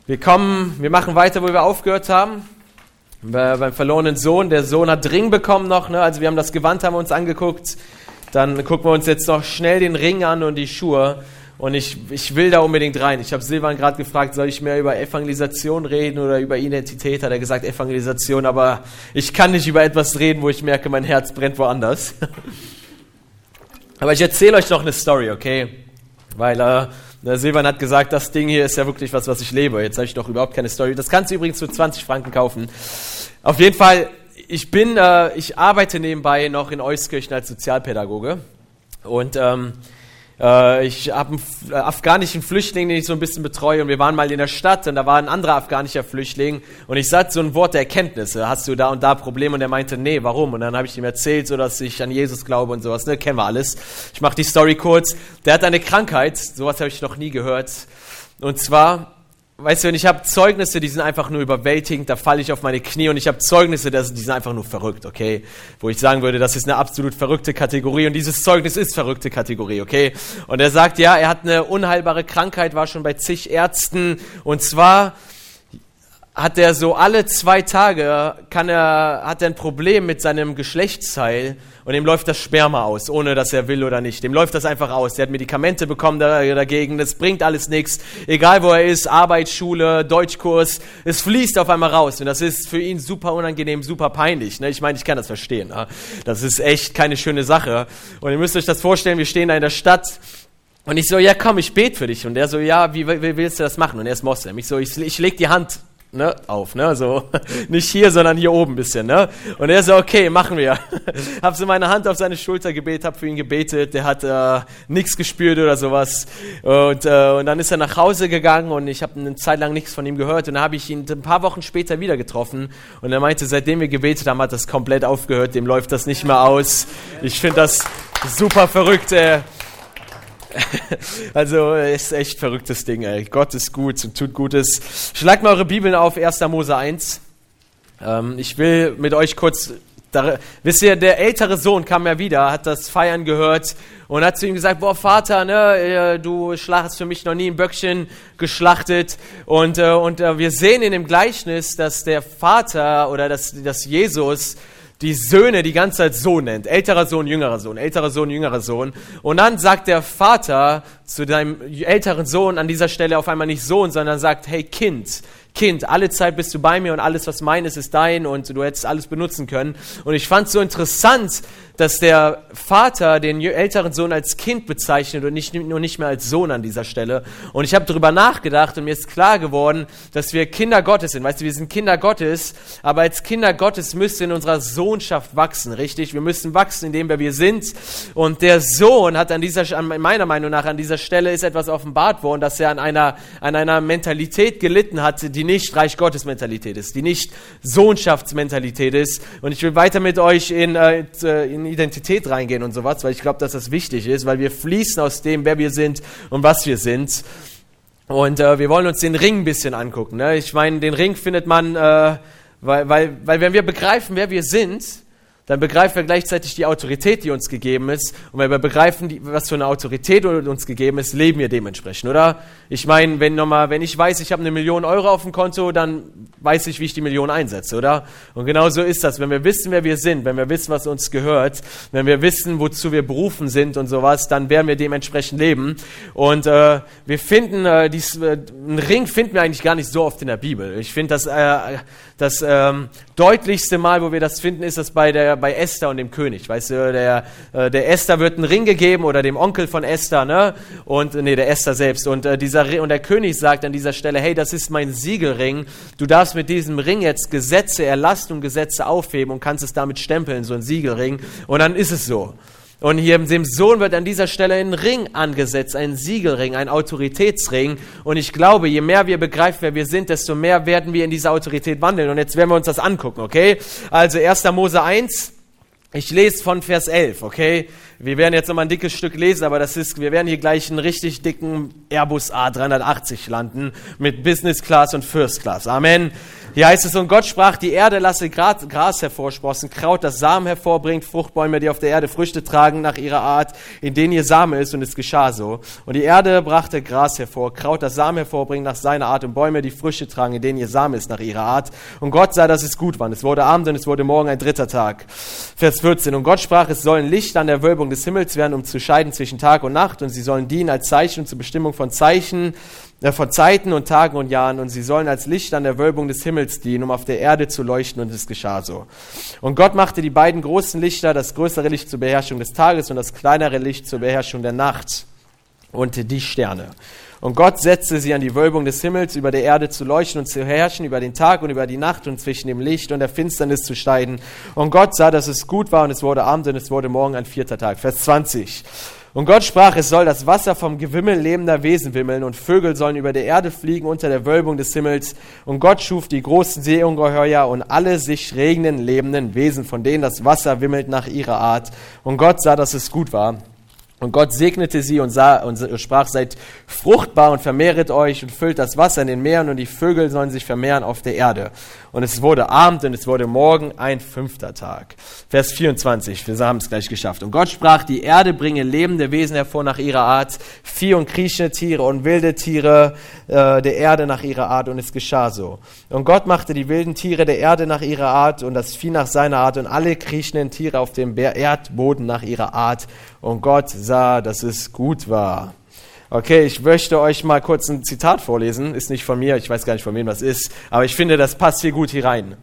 Wir machen weiter, wo wir aufgehört haben. Beim verlorenen Sohn. Der Sohn hat Ring bekommen noch, ne? Also wir haben das Gewand haben wir uns angeguckt. Dann gucken wir uns jetzt noch schnell den Ring an und die Schuhe. Und ich will da unbedingt rein. Ich habe Silvan gerade gefragt, soll ich mehr über Evangelisation reden oder über Identität? Hat er gesagt Evangelisation, aber ich kann nicht über etwas reden, wo ich merke, mein Herz brennt woanders. Aber ich erzähle euch noch eine Story, okay? Weil der Silvan hat gesagt, das Ding hier ist ja wirklich was ich lebe. Jetzt habe ich doch überhaupt keine Story. Das kannst du übrigens für 20 Franken kaufen. Auf jeden Fall, ich arbeite nebenbei noch in Euskirchen als Sozialpädagoge. Und ich habe einen afghanischen Flüchtling, den ich so ein bisschen betreue, und wir waren mal in der Stadt und da war ein anderer afghanischer Flüchtling und ich sagte so ein Wort der Erkenntnisse, hast du da und da Probleme? Und er meinte, nee, warum? Und dann habe ich ihm erzählt, so dass ich an Jesus glaube und sowas, ne, kennen wir alles. Ich mache die Story kurz. Der hat eine Krankheit, sowas habe ich noch nie gehört, und zwar, weißt du, und ich habe Zeugnisse, die sind einfach nur überwältigend, da falle ich auf meine Knie, und ich habe Zeugnisse, die sind einfach nur verrückt, okay? Wo ich sagen würde, das ist eine absolut verrückte Kategorie, und dieses Zeugnis ist verrückte Kategorie, okay? Und er sagt, ja, er hat eine unheilbare Krankheit, war schon bei zig Ärzten, und zwar hat er so alle 2 Tage, hat er ein Problem mit seinem Geschlechtsteil, und ihm läuft das Sperma aus, ohne dass er will oder nicht. Dem läuft das einfach aus. Der hat Medikamente bekommen dagegen. Das bringt alles nichts. Egal wo er ist, Arbeit, Schule, Deutschkurs, es fließt auf einmal raus. Und das ist für ihn super unangenehm, super peinlich. Ne? Ich meine, ich kann das verstehen. Ne? Das ist echt keine schöne Sache. Und ihr müsst euch das vorstellen, wir stehen da in der Stadt. Und ich so, ja komm, ich bete für dich. Und er so, ja, wie willst du das machen? Und er ist Moslem. Ich so, ich leg die Hand, ne, auf, ne, so, nicht hier, sondern hier oben ein bisschen, ne, und er so, okay, machen wir. Hab so meine Hand auf seine Schulter gebetet, hab für ihn gebetet, der hat nichts gespürt oder sowas, und dann ist er nach Hause gegangen und ich habe eine Zeit lang nichts von ihm gehört, und dann habe ich ihn ein paar Wochen später wieder getroffen und er meinte, seitdem wir gebetet haben, hat das komplett aufgehört, dem läuft das nicht mehr aus. Ich finde das super verrückt, Also, ist echt verrücktes Ding, ey. Gott ist gut und tut Gutes. Schlagt mal eure Bibeln auf, 1. Mose 1. Ich will mit euch kurz, wisst ihr, der ältere Sohn kam ja wieder, hat das Feiern gehört und hat zu ihm gesagt, boah Vater, ne, du hast für mich noch nie ein Böckchen geschlachtet, und wir sehen in dem Gleichnis, dass der Vater oder dass Jesus die Söhne die ganze Zeit Sohn nennt. Älterer Sohn, jüngerer Sohn, älterer Sohn, jüngerer Sohn. Und dann sagt der Vater zu deinem älteren Sohn an dieser Stelle auf einmal nicht Sohn, sondern sagt, hey Kind, alle Zeit bist du bei mir und alles, was mein ist dein, und du hättest alles benutzen können. Und ich fand es so interessant, dass der Vater den älteren Sohn als Kind bezeichnet und nicht mehr als Sohn an dieser Stelle. Und ich habe darüber nachgedacht und mir ist klar geworden, dass wir Kinder Gottes sind. Weißt du, wir sind Kinder Gottes, aber als Kinder Gottes müssen wir in unserer Sohnschaft wachsen, richtig? Wir müssen wachsen, indem wir sind. Und der Sohn hat meiner Meinung nach an dieser Stelle ist etwas offenbart worden, dass er an einer Mentalität gelitten hat, die nicht Reich Gottes Mentalität ist, die nicht Sohnschaftsmentalität ist. Und ich will weiter mit euch in Identität reingehen und sowas, weil ich glaube, dass das wichtig ist, weil wir fließen aus dem, wer wir sind und was wir sind. Und wir wollen uns den Ring ein bisschen angucken. Ne? Ich meine, den Ring findet man, weil wenn wir begreifen, wer wir sind, dann begreifen wir gleichzeitig die Autorität, die uns gegeben ist. Und wenn wir begreifen, was für eine Autorität uns gegeben ist, leben wir dementsprechend, oder? Ich meine, wenn ich weiß, ich habe 1 Million Euro auf dem Konto, dann weiß ich, wie ich die Million einsetze, oder? Und genau so ist das. Wenn wir wissen, wer wir sind, wenn wir wissen, was uns gehört, wenn wir wissen, wozu wir berufen sind und sowas, dann werden wir dementsprechend leben. Und wir finden, einen Ring finden wir eigentlich gar nicht so oft in der Bibel. Ich finde, das deutlichste Mal, wo wir das finden, ist das bei Esther und dem König. Weißt du, der Esther wird ein Ring gegeben, oder dem Onkel von Esther, ne? Der Esther selbst. Und der König sagt an dieser Stelle, hey, das ist mein Siegelring. Du darfst mit diesem Ring jetzt Gesetze erlassen und Gesetze aufheben und kannst es damit stempeln, so ein Siegelring. Und dann ist es so. Und hier dem Sohn wird an dieser Stelle ein Ring angesetzt, ein Siegelring, ein Autoritätsring. Und ich glaube, je mehr wir begreifen, wer wir sind, desto mehr werden wir in diese Autorität wandeln. Und jetzt werden wir uns das angucken, okay? Also 1. Mose 1, ich lese von Vers 11, okay? Wir werden jetzt nochmal ein dickes Stück lesen, aber wir werden hier gleich einen richtig dicken Airbus A380 landen mit Business Class und First Class. Amen. Hier heißt es, und Gott sprach, die Erde lasse Gras hervorsprossen, Kraut, das Samen hervorbringt, Fruchtbäume, die auf der Erde Früchte tragen nach ihrer Art, in denen ihr Same ist, und es geschah so. Und die Erde brachte Gras hervor, Kraut, das Samen hervorbringt nach seiner Art, und Bäume, die Früchte tragen, in denen ihr Same ist nach ihrer Art. Und Gott sah, dass es gut war. Und es wurde Abend und es wurde Morgen ein dritter Tag. Vers 14, und Gott sprach, es sollen Lichter an der Wölbung des Himmels werden, um zu scheiden zwischen Tag und Nacht, und sie sollen dienen als Zeichen und zur Bestimmung von Zeichen, von Zeiten und Tagen und Jahren, und sie sollen als Licht an der Wölbung des Himmels dienen, um auf der Erde zu leuchten, und es geschah so. Und Gott machte die beiden großen Lichter, das größere Licht zur Beherrschung des Tages und das kleinere Licht zur Beherrschung der Nacht und die Sterne. Und Gott setzte sie an die Wölbung des Himmels, über der Erde zu leuchten und zu herrschen, über den Tag und über die Nacht und zwischen dem Licht und der Finsternis zu scheiden. Und Gott sah, dass es gut war, und es wurde Abend und es wurde Morgen ein vierter Tag. Vers 20. Und Gott sprach, es soll das Wasser vom Gewimmel lebender Wesen wimmeln, und Vögel sollen über der Erde fliegen unter der Wölbung des Himmels. Und Gott schuf die großen Seeungeheuer und alle sich regenden lebenden Wesen, von denen das Wasser wimmelt nach ihrer Art. Und Gott sah, dass es gut war. Und Gott segnete sie und sprach, seid fruchtbar und vermehret euch und füllt das Wasser in den Meeren, und die Vögel sollen sich vermehren auf der Erde. Und es wurde Abend und es wurde Morgen ein fünfter Tag. Vers 24, wir haben es gleich geschafft. Und Gott sprach, die Erde bringe lebende Wesen hervor nach ihrer Art, Vieh und kriechende Tiere und wilde Tiere der Erde nach ihrer Art, und es geschah so. Und Gott machte die wilden Tiere der Erde nach ihrer Art und das Vieh nach seiner Art und alle kriechenden Tiere auf dem Erdboden nach ihrer Art. Und Gott sah, dass es gut war. Okay, ich möchte euch mal kurz ein Zitat vorlesen. Ist nicht von mir, ich weiß gar nicht, von wem das ist, aber ich finde, das passt hier gut hier rein.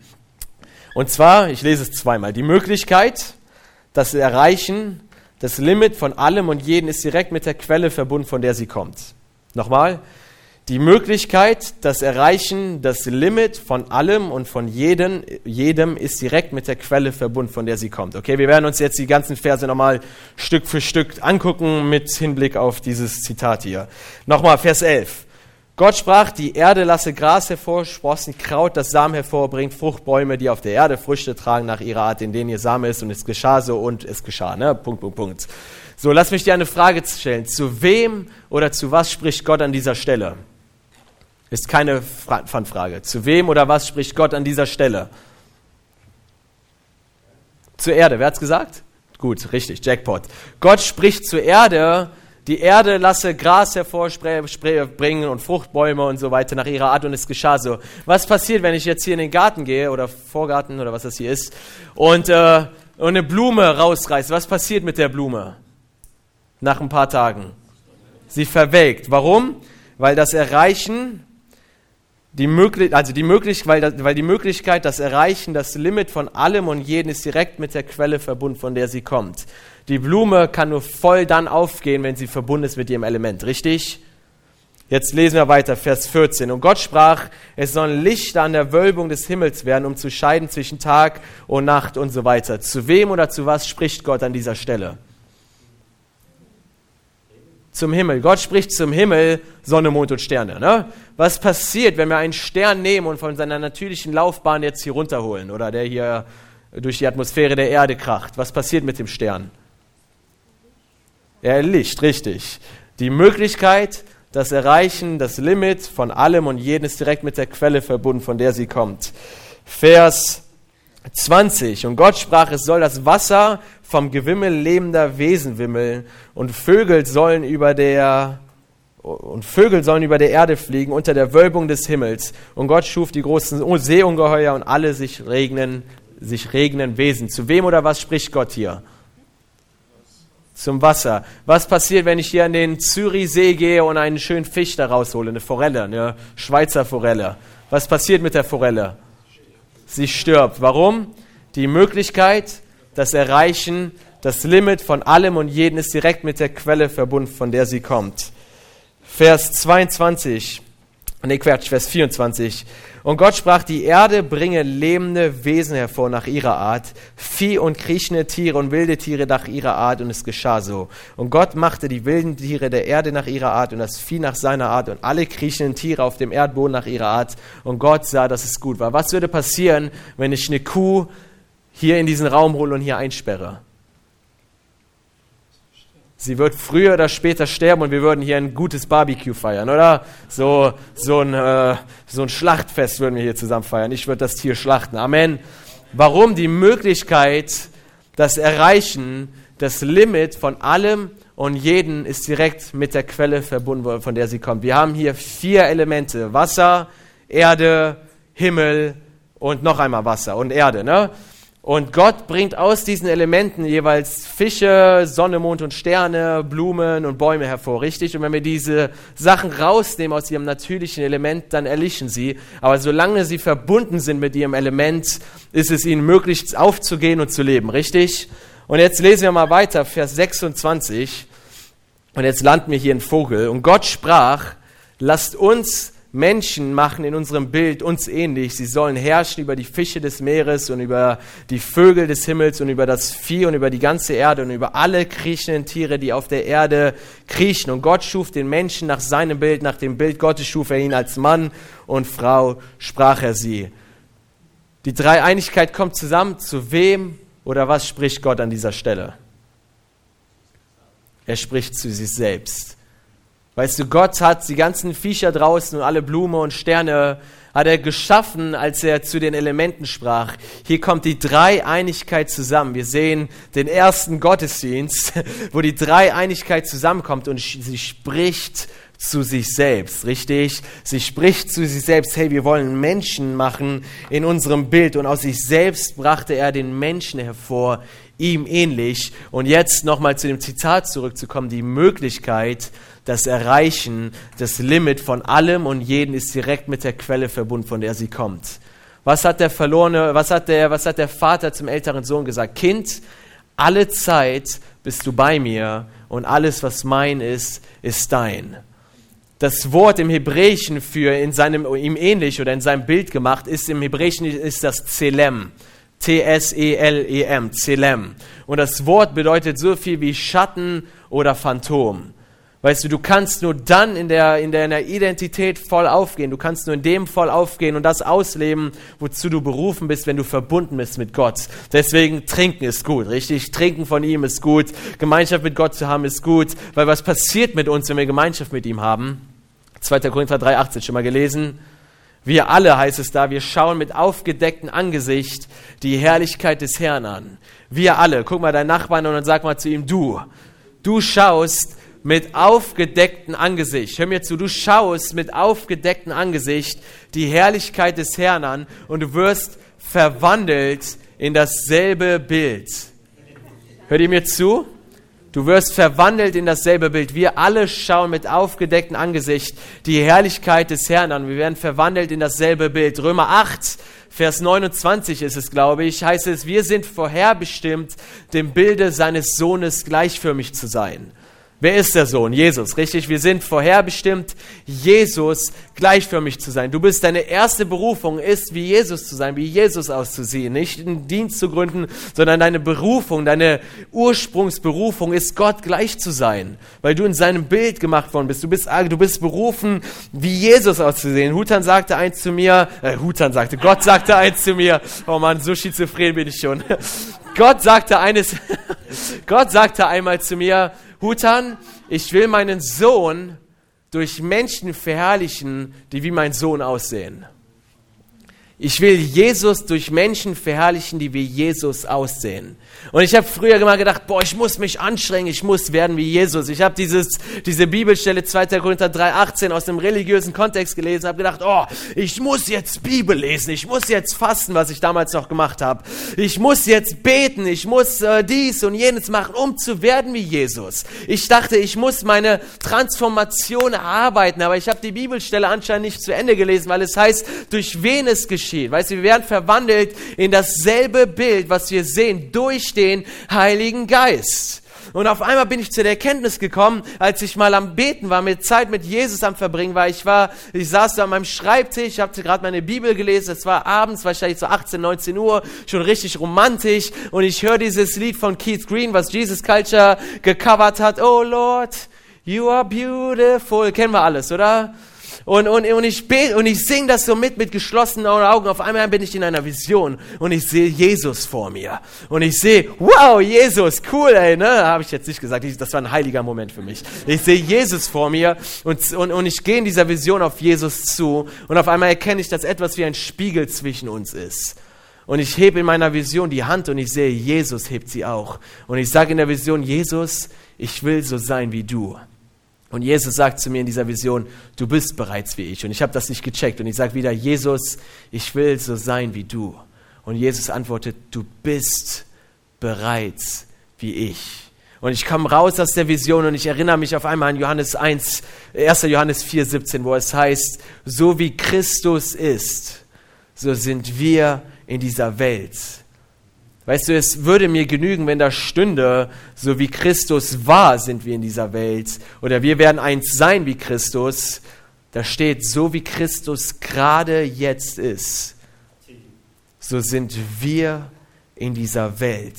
Und zwar, ich lese es zweimal. Die Möglichkeit, das Erreichen, das Limit von allem und jedem ist direkt mit der Quelle verbunden, von der sie kommt. Nochmal. Die Möglichkeit, das Erreichen, das Limit von allem und von jedem ist direkt mit der Quelle verbunden, von der sie kommt. Okay, wir werden uns jetzt die ganzen Verse nochmal Stück für Stück angucken mit Hinblick auf dieses Zitat hier. Nochmal, Vers 11. Gott sprach, die Erde lasse Gras hervorsprossen, Kraut, das Samen hervorbringt, Fruchtbäume, die auf der Erde Früchte tragen nach ihrer Art, in denen ihr Same ist, und es geschah so und es geschah. Ne? Punkt. So, lass mich dir eine Frage stellen. Zu wem oder zu was spricht Gott an dieser Stelle? Ist keine Fangfrage. Zu wem oder was spricht Gott an dieser Stelle? Zur Erde. Wer hat's gesagt? Gut, richtig, Jackpot. Gott spricht zur Erde, die Erde lasse Gras hervorbringen und Fruchtbäume und so weiter nach ihrer Art, und es geschah so. Was passiert, wenn ich jetzt hier in den Garten gehe oder Vorgarten oder was das hier ist und eine Blume rausreiße? Was passiert mit der Blume nach ein paar Tagen? Sie verwelkt. Warum? Weil das Erreichen... die Möglichkeit, das Erreichen, das Limit von allem und jedem ist direkt mit der Quelle verbunden, von der sie kommt. Die Blume kann nur voll dann aufgehen, wenn sie verbunden ist mit ihrem Element, richtig? Jetzt lesen wir weiter, Vers 14. Und Gott sprach, es sollen Lichter an der Wölbung des Himmels werden, um zu scheiden zwischen Tag und Nacht und so weiter. Zu wem oder zu was spricht Gott an dieser Stelle? Zum Himmel. Gott spricht zum Himmel, Sonne, Mond und Sterne. Ne? Was passiert, wenn wir einen Stern nehmen und von seiner natürlichen Laufbahn jetzt hier runterholen oder der hier durch die Atmosphäre der Erde kracht? Was passiert mit dem Stern? Er erlischt, richtig. Die Möglichkeit, das Erreichen, das Limit von allem und jedem ist direkt mit der Quelle verbunden, von der sie kommt. Vers 20. Und Gott sprach, es soll das Wasser vom Gewimmel lebender Wesen wimmeln, und Vögel sollen über der Erde fliegen, unter der Wölbung des Himmels. Und Gott schuf die großen Seeungeheuer und alle sich regnen Wesen. Zu wem oder was spricht Gott hier? Zum Wasser. Was passiert, wenn ich hier an den Zürichsee gehe und einen schönen Fisch da raushole, eine Forelle, eine Schweizer Forelle? Was passiert mit der Forelle? Sie stirbt. Warum? Die Möglichkeit, das Erreichen, das Limit von allem und jedem ist direkt mit der Quelle verbunden, von der sie kommt. Vers 24. Vers 24. Und Gott sprach, die Erde bringe lebende Wesen hervor nach ihrer Art, Vieh und kriechende Tiere und wilde Tiere nach ihrer Art, und es geschah so. Und Gott machte die wilden Tiere der Erde nach ihrer Art und das Vieh nach seiner Art und alle kriechenden Tiere auf dem Erdboden nach ihrer Art. Und Gott sah, dass es gut war. Was würde passieren, wenn ich eine Kuh hier in diesen Raum hole und hier einsperre? Sie wird früher oder später sterben und wir würden hier ein gutes Barbecue feiern, oder? So ein Schlachtfest würden wir hier zusammen feiern. Ich würde das Tier schlachten. Amen. Warum? Die Möglichkeit, das Erreichen, das Limit von allem und jeden ist direkt mit der Quelle verbunden, von der sie kommt. Wir haben hier 4 Elemente. Wasser, Erde, Himmel und noch einmal Wasser und Erde, ne? Und Gott bringt aus diesen Elementen jeweils Fische, Sonne, Mond und Sterne, Blumen und Bäume hervor, richtig? Und wenn wir diese Sachen rausnehmen aus ihrem natürlichen Element, dann erlischen sie. Aber solange sie verbunden sind mit ihrem Element, ist es ihnen möglich, aufzugehen und zu leben, richtig? Und jetzt lesen wir mal weiter, Vers 26. Und jetzt landen wir hier ein Vogel. Und Gott sprach, lasst uns Menschen machen in unserem Bild uns ähnlich. Sie sollen herrschen über die Fische des Meeres und über die Vögel des Himmels und über das Vieh und über die ganze Erde und über alle kriechenden Tiere, die auf der Erde kriechen. Und Gott schuf den Menschen nach seinem Bild, nach dem Bild Gottes schuf er ihn als Mann und Frau, sprach er sie. Die Dreieinigkeit kommt zusammen. Zu wem oder was spricht Gott an dieser Stelle? Er spricht zu sich selbst. Weißt du, Gott hat die ganzen Viecher draußen und alle Blumen und Sterne hat er geschaffen, als er zu den Elementen sprach. Hier kommt die Dreieinigkeit zusammen. Wir sehen den ersten Gottesdienst, wo die Dreieinigkeit zusammenkommt und sie spricht zu sich selbst, richtig? Sie spricht zu sich selbst, hey, wir wollen Menschen machen in unserem Bild und aus sich selbst brachte er den Menschen hervor, ihm ähnlich. Und jetzt nochmal zu dem Zitat zurückzukommen, die Möglichkeit, das Erreichen, das Limit von allem und jeden ist direkt mit der Quelle verbunden, von der sie kommt. Was hat der Vater zum älteren Sohn gesagt? Kind, alle Zeit bist du bei mir und alles, was mein ist, ist dein. Das Wort im Hebräischen für ihm ähnlich oder in seinem Bild gemacht ist, im Hebräischen ist das Tselem. T-S-E-L-E-M, Tselem. Und das Wort bedeutet so viel wie Schatten oder Phantom. Weißt du, du kannst nur dann in deiner Identität voll aufgehen. Du kannst nur in dem voll aufgehen und das ausleben, wozu du berufen bist, wenn du verbunden bist mit Gott. Deswegen trinken ist gut, richtig? Trinken von ihm ist gut. Gemeinschaft mit Gott zu haben ist gut. Weil was passiert mit uns, wenn wir Gemeinschaft mit ihm haben? 2. Korinther 3,18 schon mal gelesen. Wir alle, heißt es da, wir schauen mit aufgedecktem Angesicht die Herrlichkeit des Herrn an. Wir alle. Guck mal deinen Nachbarn an und sag mal zu ihm, du schaust mit aufgedecktem Angesicht. Hör mir zu, du schaust mit aufgedecktem Angesicht die Herrlichkeit des Herrn an und du wirst verwandelt in dasselbe Bild. Hört ihr mir zu? Du wirst verwandelt in dasselbe Bild. Wir alle schauen mit aufgedecktem Angesicht die Herrlichkeit des Herrn an. Wir werden verwandelt in dasselbe Bild. Römer 8, Vers 29 ist es, glaube ich, heißt es, wir sind vorherbestimmt, dem Bilde seines Sohnes gleichförmig zu sein. Wer ist der Sohn? Jesus, richtig? Wir sind vorherbestimmt, Jesus gleichförmig zu sein. Deine erste Berufung ist, wie Jesus zu sein, wie Jesus auszusehen. Nicht einen Dienst zu gründen, sondern deine Berufung, deine Ursprungsberufung ist, Gott gleich zu sein. Weil du in seinem Bild gemacht worden bist. Du bist berufen, wie Jesus auszusehen. Gott sagte eins zu mir, oh Mann, so schizophren bin ich schon. Gott sagte einmal zu mir, Hutan, ich will meinen Sohn durch Menschen verherrlichen, die wie mein Sohn aussehen. Ich will Jesus durch Menschen verherrlichen, die wie Jesus aussehen. Und ich habe früher immer gedacht, ich muss mich anstrengen, ich muss werden wie Jesus. Ich habe diese Bibelstelle 2. Korinther 3,18 aus einem religiösen Kontext gelesen, habe gedacht, ich muss jetzt Bibel lesen, ich muss jetzt fasten, was ich damals noch gemacht habe. Ich muss jetzt beten, ich muss dies und jenes machen, um zu werden wie Jesus. Ich dachte, ich muss meine Transformation erarbeiten, aber ich habe die Bibelstelle anscheinend nicht zu Ende gelesen, weil es heißt, durch wen es geschieht. Weißt du, wir werden verwandelt in dasselbe Bild, was wir sehen, durch den Heiligen Geist. Und auf einmal bin ich zu der Erkenntnis gekommen, als ich mal am Beten war, mit Zeit mit Jesus am Verbringen war. Ich saß da an meinem Schreibtisch, habe gerade meine Bibel gelesen. Es war abends, wahrscheinlich so 18, 19 Uhr, schon richtig romantisch. Und ich höre dieses Lied von Keith Green, was Jesus Culture gecovert hat. Oh Lord, you are beautiful. Kennen wir alles, oder? Und ich bete und ich singe das so mit geschlossenen Augen. Auf einmal bin ich in einer Vision und ich sehe Jesus vor mir. Und ich sehe, wow, Jesus, cool, ey, ne? Habe ich jetzt nicht gesagt, das war ein heiliger Moment für mich. Ich sehe Jesus vor mir und ich gehe in dieser Vision auf Jesus zu und auf einmal erkenne ich, dass etwas wie ein Spiegel zwischen uns ist. Und ich hebe in meiner Vision die Hand und ich sehe, Jesus hebt sie auch. Und ich sage in der Vision, Jesus, ich will so sein wie du. Und Jesus sagt zu mir in dieser Vision, du bist bereits wie ich. Und ich habe das nicht gecheckt. Und ich sage wieder, Jesus, ich will so sein wie du. Und Jesus antwortet, du bist bereits wie ich. Und ich komme raus aus der Vision und ich erinnere mich auf einmal an Johannes 1, 1. Johannes 4,17, wo es heißt, so wie Christus ist, so sind wir in dieser Welt. Weißt du, es würde mir genügen, wenn da stünde, so wie Christus war, sind wir in dieser Welt. Oder wir werden eins sein wie Christus. Da steht, so wie Christus gerade jetzt ist, so sind wir in dieser Welt.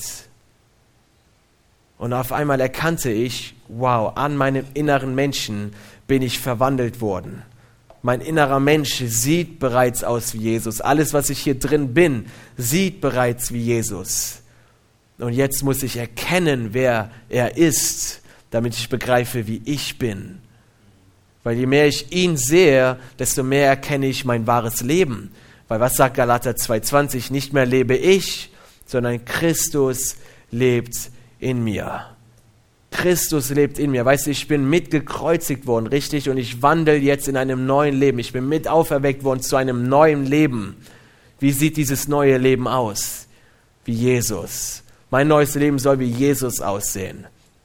Und auf einmal erkannte ich, wow, an meinem inneren Menschen bin ich verwandelt worden. Mein innerer Mensch sieht bereits aus wie Jesus. Alles, was ich hier drin bin, sieht bereits wie Jesus. Und jetzt muss ich erkennen, wer er ist, damit ich begreife, wie ich bin. Weil je mehr ich ihn sehe, desto mehr erkenne ich mein wahres Leben. Weil was sagt Galater 2,20? Nicht mehr lebe ich, sondern Christus lebt in mir. Christus lebt in mir. Weißt du, ich bin mitgekreuzigt worden, richtig? Und ich wandle jetzt in einem neuen Leben. Ich bin mit auferweckt worden zu einem neuen Leben. Wie sieht dieses neue Leben aus? Wie Jesus. Mein neues Leben soll wie Jesus aussehen.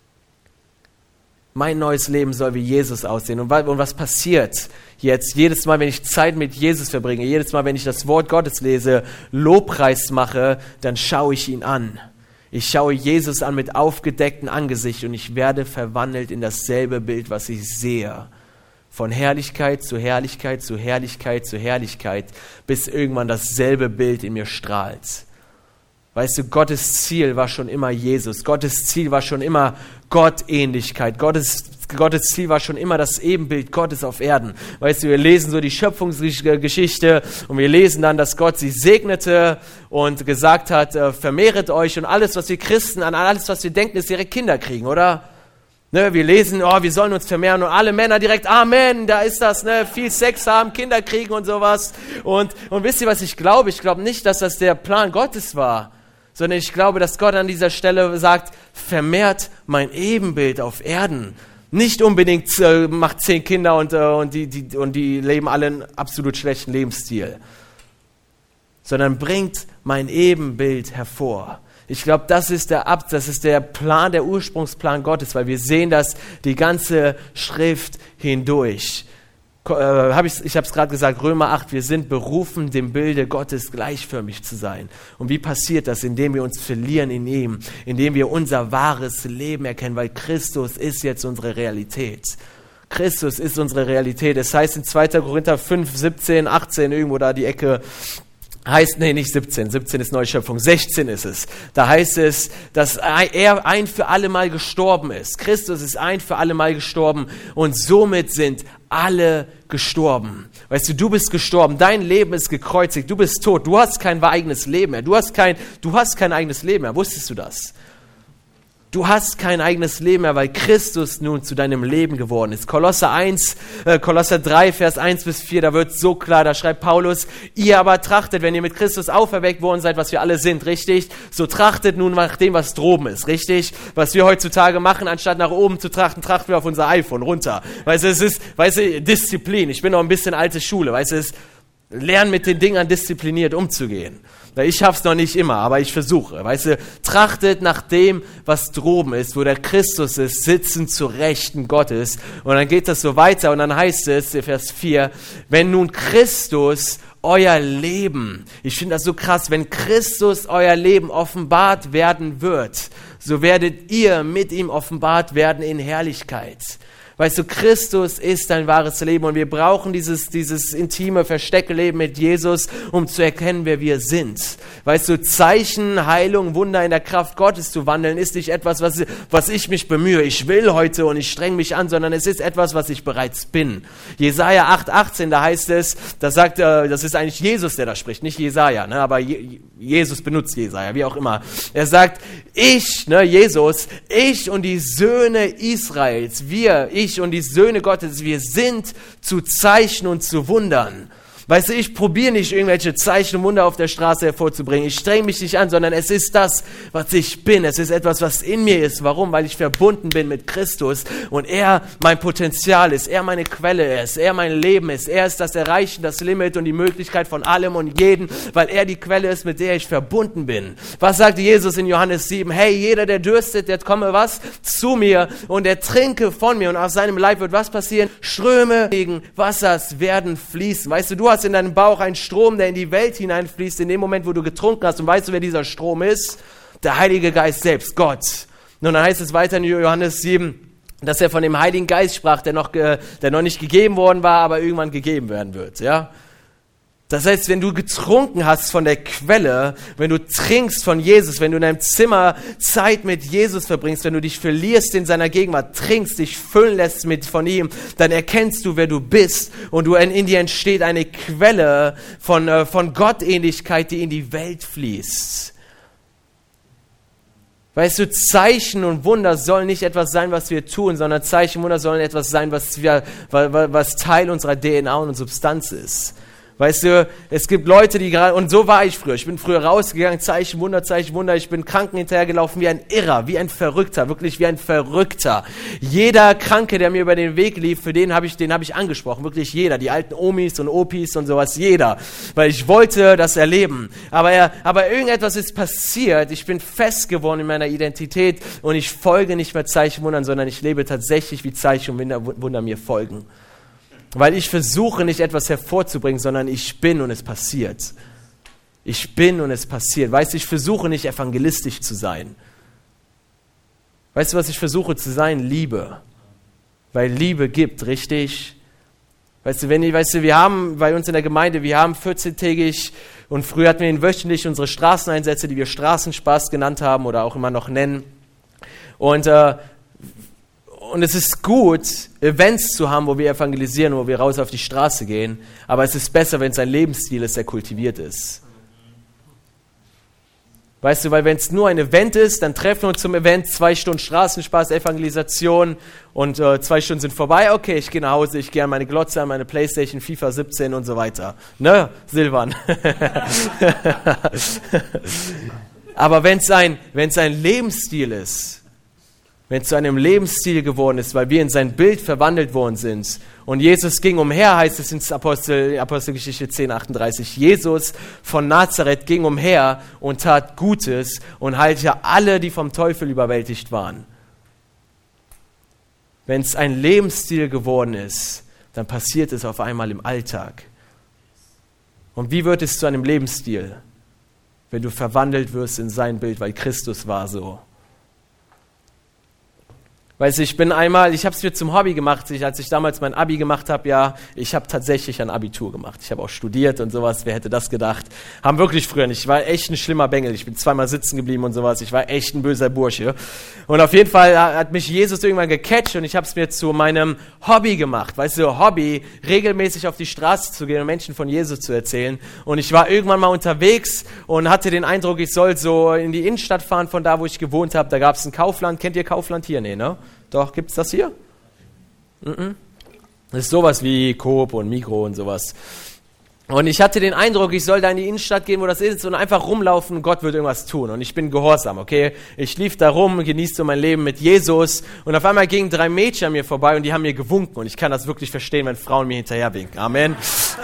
Mein neues Leben soll wie Jesus aussehen. Und was passiert jetzt? Jedes Mal, wenn ich Zeit mit Jesus verbringe, jedes Mal, wenn ich das Wort Gottes lese, Lobpreis mache, dann schaue ich ihn an. Ich schaue Jesus an mit aufgedecktem Angesicht und ich werde verwandelt in dasselbe Bild, was ich sehe. Von Herrlichkeit zu Herrlichkeit zu Herrlichkeit zu Herrlichkeit, bis irgendwann dasselbe Bild in mir strahlt. Weißt du, Gottes Ziel war schon immer Jesus. Gottes Ziel war schon immer Gottähnlichkeit. Gottes Ziel war schon immer das Ebenbild Gottes auf Erden. Weißt du, wir lesen so die Schöpfungsgeschichte und wir lesen dann, dass Gott sie segnete und gesagt hat, vermehret euch und alles, was wir Christen, an alles, was wir denken, ist, ihre Kinder kriegen, oder? Ne, wir lesen, wir sollen uns vermehren und alle Männer direkt, Amen, da ist das, ne, viel Sex haben, Kinder kriegen und sowas. Und wisst ihr, was ich glaube? Ich glaube nicht, dass das der Plan Gottes war, sondern ich glaube, dass Gott an dieser Stelle sagt, vermehrt mein Ebenbild auf Erden. Nicht unbedingt macht 10 Kinder und die leben alle einen absolut schlechten Lebensstil, sondern bringt mein Ebenbild hervor. Ich glaube, das ist der Plan, der Ursprungsplan Gottes, weil wir sehen das die ganze Schrift hindurch. Ich habe es gerade gesagt, Römer 8, wir sind berufen, dem Bilde Gottes gleichförmig zu sein. Und wie passiert das? Indem wir uns verlieren in ihm, indem wir unser wahres Leben erkennen, weil Christus ist jetzt unsere Realität. Christus ist unsere Realität. Es heißt in 2. Korinther 5, 17, 18, irgendwo da die Ecke, heißt, nee, nicht 17 ist Neuschöpfung, 16 ist es. Da heißt es, dass er ein für alle Mal gestorben ist. Christus ist ein für alle Mal gestorben und somit sind alle gestorben. Weißt du bist gestorben, dein Leben ist gekreuzigt, du bist tot, du hast kein eigenes Leben mehr, du hast kein eigenes Leben mehr, wusstest du das? Du hast kein eigenes Leben mehr, weil Christus nun zu deinem Leben geworden ist. Kolosser 3, Vers 1 bis 4, da wird so klar, da schreibt Paulus, ihr aber trachtet, wenn ihr mit Christus auferweckt worden seid, was wir alle sind, richtig? So trachtet nun nach dem, was droben ist, richtig? Was wir heutzutage machen, anstatt nach oben zu trachten, trachten wir auf unser iPhone runter. Weißt du, Disziplin. Ich bin noch ein bisschen alte Schule, weißt du, lernen mit den Dingern diszipliniert umzugehen. Ich schaff's noch nicht immer, aber ich versuche. Weißt du, trachtet nach dem, was droben ist, wo der Christus ist, sitzen zu Rechten Gottes. Und dann geht das so weiter und dann heißt es, Vers 4, wenn nun Christus euer Leben, ich finde das so krass, wenn Christus euer Leben offenbart werden wird, so werdet ihr mit ihm offenbart werden in Herrlichkeit. Weißt du, Christus ist dein wahres Leben und wir brauchen dieses intime Versteckeleben mit Jesus, um zu erkennen, wer wir sind. Weißt du, Zeichen, Heilung, Wunder in der Kraft Gottes zu wandeln, ist nicht etwas, was ich mich bemühe. Ich will heute und ich streng mich an, sondern es ist etwas, was ich bereits bin. Jesaja 8,18, da heißt es, das ist eigentlich Jesus, der da spricht, nicht Jesaja, ne? Aber Jesus benutzt Jesaja, wie auch immer. Er sagt, Jesus, ich und die Söhne Israels, ich und die Söhne Gottes, wir sind zu Zeichen und zu Wundern. Weißt du, ich probiere nicht irgendwelche Zeichen und Wunder auf der Straße hervorzubringen. Ich strenge mich nicht an, sondern es ist das, was ich bin. Es ist etwas, was in mir ist. Warum? Weil ich verbunden bin mit Christus und er mein Potenzial ist, er meine Quelle ist, er mein Leben ist. Er ist das Erreichen, das Limit und die Möglichkeit von allem und jedem, weil er die Quelle ist, mit der ich verbunden bin. Was sagte Jesus in Johannes 7? Hey, jeder, der dürstet, der komme zu mir und der trinke von mir und aus seinem Leib wird was passieren? Ströme gegen Wassers werden fließen. Weißt du, du hast in deinem Bauch einen Strom, der in die Welt hineinfließt, in dem Moment, wo du getrunken hast. Und weißt du, wer dieser Strom ist? Der Heilige Geist selbst, Gott. Und dann heißt es weiter in Johannes 7, dass er von dem Heiligen Geist sprach, der noch nicht gegeben worden war, aber irgendwann gegeben werden wird. Ja? Das heißt, wenn du getrunken hast von der Quelle, wenn du trinkst von Jesus, wenn du in deinem Zimmer Zeit mit Jesus verbringst, wenn du dich verlierst in seiner Gegenwart, trinkst, dich füllen lässt von ihm, dann erkennst du, wer du bist und in dir entsteht eine Quelle von Gottähnlichkeit, die in die Welt fließt. Weißt du, Zeichen und Wunder sollen nicht etwas sein, was wir tun, sondern Zeichen und Wunder sollen etwas sein, was Teil unserer DNA und Substanz ist. Weißt du, es gibt Leute, die gerade, und so war ich früher. Ich bin früher rausgegangen, Zeichen, Wunder. Ich bin Kranken hinterhergelaufen wie ein Irrer, wie ein Verrückter, wirklich wie ein Verrückter. Jeder Kranke, der mir über den Weg lief, für den habe ich angesprochen, wirklich jeder. Die alten Omis und Opis und sowas, jeder. Weil ich wollte das erleben. Aber irgendetwas ist passiert. Ich bin fest geworden in meiner Identität und ich folge nicht mehr Zeichen, Wundern, sondern ich lebe tatsächlich, wie Zeichen und Wunder mir folgen. Weil ich versuche nicht etwas hervorzubringen, sondern ich bin und es passiert. Ich bin und es passiert. Weißt du, ich versuche nicht evangelistisch zu sein. Weißt du, was ich versuche zu sein? Liebe. Weil Liebe gibt, richtig? Weißt du, wir haben bei uns in der Gemeinde, wir haben 14-tägig und früher hatten wir wöchentlich unsere Straßeneinsätze, die wir Straßenspaß genannt haben oder auch immer noch nennen. Und es ist gut, Events zu haben, wo wir evangelisieren, wo wir raus auf die Straße gehen. Aber es ist besser, wenn es ein Lebensstil ist, der kultiviert ist. Weißt du, weil wenn es nur ein Event ist, dann treffen wir uns zum Event, 2 Stunden Straßenspaß, Evangelisation und 2 Stunden sind vorbei. Okay, ich gehe nach Hause, ich gehe an meine Glotze, an meine Playstation, FIFA 17 und so weiter. Ne, Silvan? Aber wenn es ein Lebensstil ist, wenn es zu einem Lebensstil geworden ist, weil wir in sein Bild verwandelt worden sind. Und Jesus ging umher, heißt es in Apostelgeschichte 10,38. Jesus von Nazareth ging umher und tat Gutes und heilte alle, die vom Teufel überwältigt waren. Wenn es ein Lebensstil geworden ist, dann passiert es auf einmal im Alltag. Und wie wird es zu einem Lebensstil? Wenn du verwandelt wirst in sein Bild, weil Christus war so. Weißt du, ich habe es mir zum Hobby gemacht, als ich damals mein Abi gemacht habe, ich habe tatsächlich ein Abitur gemacht. Ich habe auch studiert und sowas, wer hätte das gedacht? Haben wirklich früher nicht. Ich war echt ein schlimmer Bengel, ich bin 2-mal sitzen geblieben und sowas, ich war echt ein böser Bursche. Und auf jeden Fall hat mich Jesus irgendwann gecatcht und ich habe es mir zu meinem Hobby gemacht. Weißt du, Hobby, regelmäßig auf die Straße zu gehen und Menschen von Jesus zu erzählen. Und ich war irgendwann mal unterwegs und hatte den Eindruck, ich soll so in die Innenstadt fahren von da, wo ich gewohnt habe. Da gab es ein Kaufland. Kennt ihr Kaufland hier? Nee, ne? Doch, gibt's das hier? Das ist sowas wie Coop und Migros und sowas. Und ich hatte den Eindruck, ich soll da in die Innenstadt gehen, wo das ist, und einfach rumlaufen, Gott wird irgendwas tun. Und ich bin gehorsam, okay? Ich lief da rum, genießte mein Leben mit Jesus. Und auf einmal gingen 3 Mädchen an mir vorbei und die haben mir gewunken. Und ich kann das wirklich verstehen, wenn Frauen mir hinterher winken. Amen.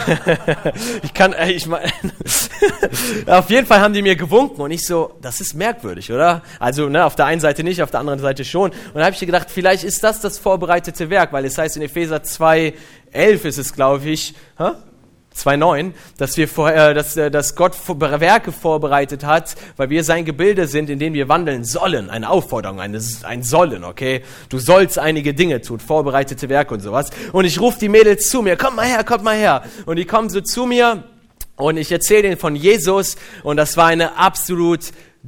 Auf jeden Fall haben die mir gewunken. Und ich so, das ist merkwürdig, oder? Also, auf der einen Seite nicht, auf der anderen Seite schon. Und da habe ich gedacht, vielleicht ist das vorbereitete Werk, weil es heißt in Epheser 2,11 ist es, glaube ich, 2,9, dass Gott Werke vorbereitet hat, weil wir sein Gebilde sind, in denen wir wandeln sollen. Eine Aufforderung, ein Sollen, okay? Du sollst einige Dinge tun, vorbereitete Werke und sowas. Und ich rufe die Mädels zu mir, kommt mal her. Und die kommen so zu mir und ich erzähle denen von Jesus und das war eine absolut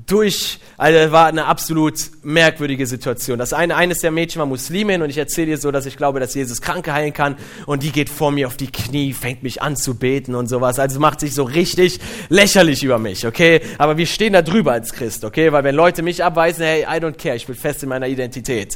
merkwürdige Situation. Eines der Mädchen war Muslimin und ich erzähle ihr so, dass ich glaube, dass Jesus Kranke heilen kann und die geht vor mir auf die Knie, fängt mich an zu beten und sowas. Also macht sich so richtig lächerlich über mich, okay? Aber wir stehen da drüber als Christ, okay? Weil wenn Leute mich abweisen, hey, I don't care, ich bin fest in meiner Identität.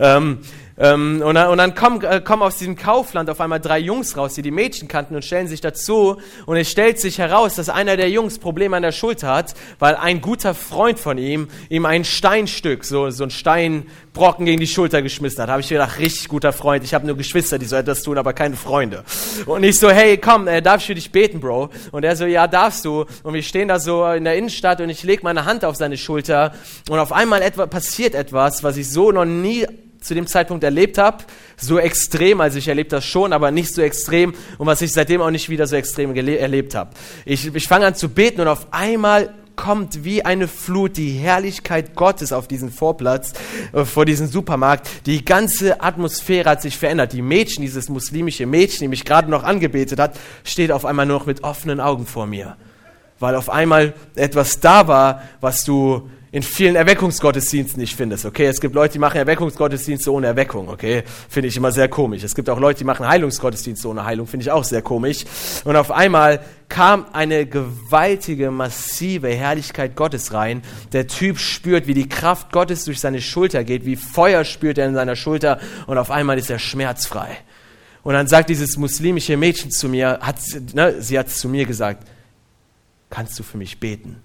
Und dann kommen aus diesem Kaufland auf einmal 3 Jungs raus, die die Mädchen kannten und stellen sich dazu und es stellt sich heraus, dass einer der Jungs Probleme an der Schulter hat, weil ein guter Freund von ihm ein Steinstück, so ein Steinbrocken gegen die Schulter geschmissen hat. Da habe ich gedacht, richtig guter Freund, ich habe nur Geschwister, die so etwas tun, aber keine Freunde. Und ich so, hey, komm, darf ich für dich beten, Bro? Und er so, ja, darfst du. Und wir stehen da so in der Innenstadt und ich lege meine Hand auf seine Schulter und auf einmal passiert etwas, was ich so noch nie zu dem Zeitpunkt erlebt habe, so extrem, also ich erlebe das schon, aber nicht so extrem und was ich seitdem auch nicht wieder so extrem erlebt habe. Ich fange an zu beten und auf einmal kommt wie eine Flut die Herrlichkeit Gottes auf diesen Vorplatz, vor diesem Supermarkt. Die ganze Atmosphäre hat sich verändert. Die Mädchen, dieses muslimische Mädchen, die mich gerade noch angebetet hat, steht auf einmal nur noch mit offenen Augen vor mir. Weil auf einmal etwas da war, was du in vielen Erweckungsgottesdiensten nicht findest, okay? Es gibt Leute, die machen Erweckungsgottesdienste ohne Erweckung, okay? Finde ich immer sehr komisch. Es gibt auch Leute, die machen Heilungsgottesdienste ohne Heilung, finde ich auch sehr komisch. Und auf einmal kam eine gewaltige, massive Herrlichkeit Gottes rein. Der Typ spürt, wie die Kraft Gottes durch seine Schulter geht, wie Feuer spürt er in seiner Schulter und auf einmal ist er schmerzfrei. Und dann sagt dieses muslimische Mädchen zu mir, sie hat zu mir gesagt, kannst du für mich beten?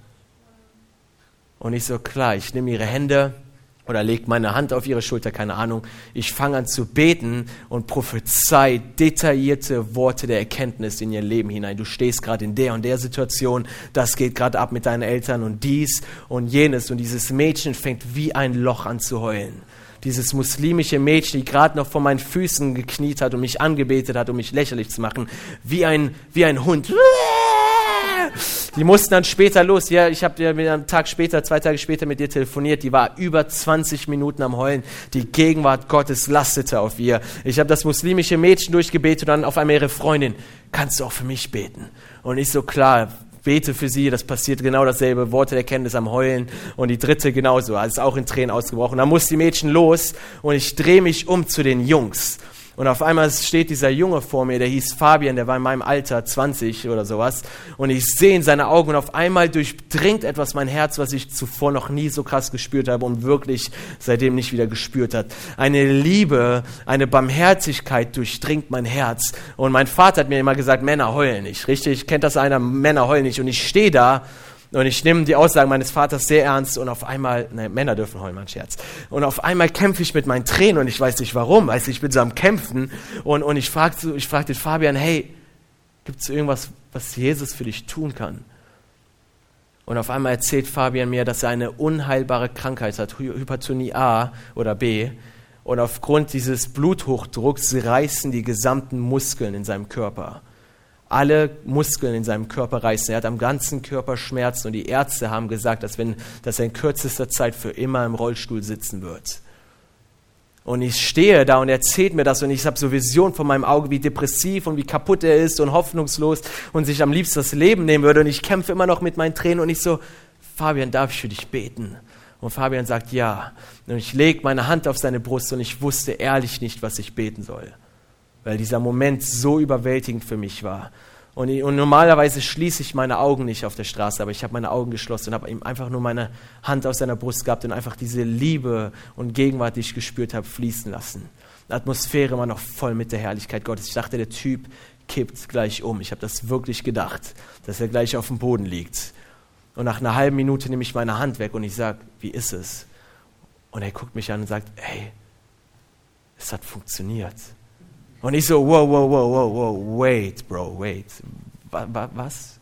Und ich so, klar, ich nehme ihre Hände oder lege meine Hand auf ihre Schulter, keine Ahnung. Ich fange an zu beten und prophezei detaillierte Worte der Erkenntnis in ihr Leben hinein. Du stehst gerade in der und der Situation, das geht gerade ab mit deinen Eltern und dies und jenes. Und dieses Mädchen fängt wie ein Loch an zu heulen. Dieses muslimische Mädchen, die gerade noch vor meinen Füßen gekniet hat und mich angebetet hat, um mich lächerlich zu machen, wie ein Hund. Die mussten dann später los. Ja, ich habe ja 2 Tage später mit ihr telefoniert. Die war über 20 Minuten am Heulen. Die Gegenwart Gottes lastete auf ihr. Ich habe das muslimische Mädchen durchgebetet und dann auf einmal ihre Freundin, kannst du auch für mich beten? Und ich so, klar, bete für sie, das passiert genau dasselbe, Worte der Erkenntnis am Heulen und die dritte genauso, also ist auch in Tränen ausgebrochen. Dann muss die Mädchen los und ich drehe mich um zu den Jungs. Und auf einmal steht dieser Junge vor mir, der hieß Fabian, der war in meinem Alter, 20 oder sowas. Und ich sehe in seine Augen und auf einmal durchdringt etwas mein Herz, was ich zuvor noch nie so krass gespürt habe und wirklich seitdem nicht wieder gespürt hat. Eine Liebe, eine Barmherzigkeit durchdringt mein Herz. Und mein Vater hat mir immer gesagt, Männer heulen nicht. Richtig, kennt das einer? Männer heulen nicht. Und ich stehe da und ich nehme die Aussagen meines Vaters sehr ernst und auf einmal, Männer dürfen heulen, mein Scherz. Und auf einmal kämpfe ich mit meinen Tränen und ich weiß nicht warum, ich bin so am Kämpfen und ich frag den Fabian, hey, gibt es irgendwas, was Jesus für dich tun kann? Und auf einmal erzählt Fabian mir, dass er eine unheilbare Krankheit hat, Hypertonie A oder B. Und aufgrund dieses Bluthochdrucks reißen die gesamten Muskeln in seinem Körper. Alle Muskeln in seinem Körper reißen. Er hat am ganzen Körper Schmerzen und die Ärzte haben gesagt, dass er in kürzester Zeit für immer im Rollstuhl sitzen wird. Und ich stehe da und er erzählt mir das und ich habe so Visionen vor meinem Auge, wie depressiv und wie kaputt er ist und hoffnungslos und sich am liebsten das Leben nehmen würde. Und ich kämpfe immer noch mit meinen Tränen und ich so, Fabian, darf ich für dich beten? Und Fabian sagt, ja. Und ich lege meine Hand auf seine Brust und ich wusste ehrlich nicht, was ich beten soll. Weil dieser Moment so überwältigend für mich war. Und normalerweise schließe ich meine Augen nicht auf der Straße, aber ich habe meine Augen geschlossen und habe ihm einfach nur meine Hand auf seiner Brust gehabt und einfach diese Liebe und Gegenwart, die ich gespürt habe, fließen lassen. Die Atmosphäre war noch voll mit der Herrlichkeit Gottes. Ich dachte, der Typ kippt gleich um. Ich habe das wirklich gedacht, dass er gleich auf dem Boden liegt. Und nach einer halben Minute nehme ich meine Hand weg und ich sage, wie ist es? Und er guckt mich an und sagt, hey, es hat funktioniert. Und ich so, wow, wait, Bro, wait. Was?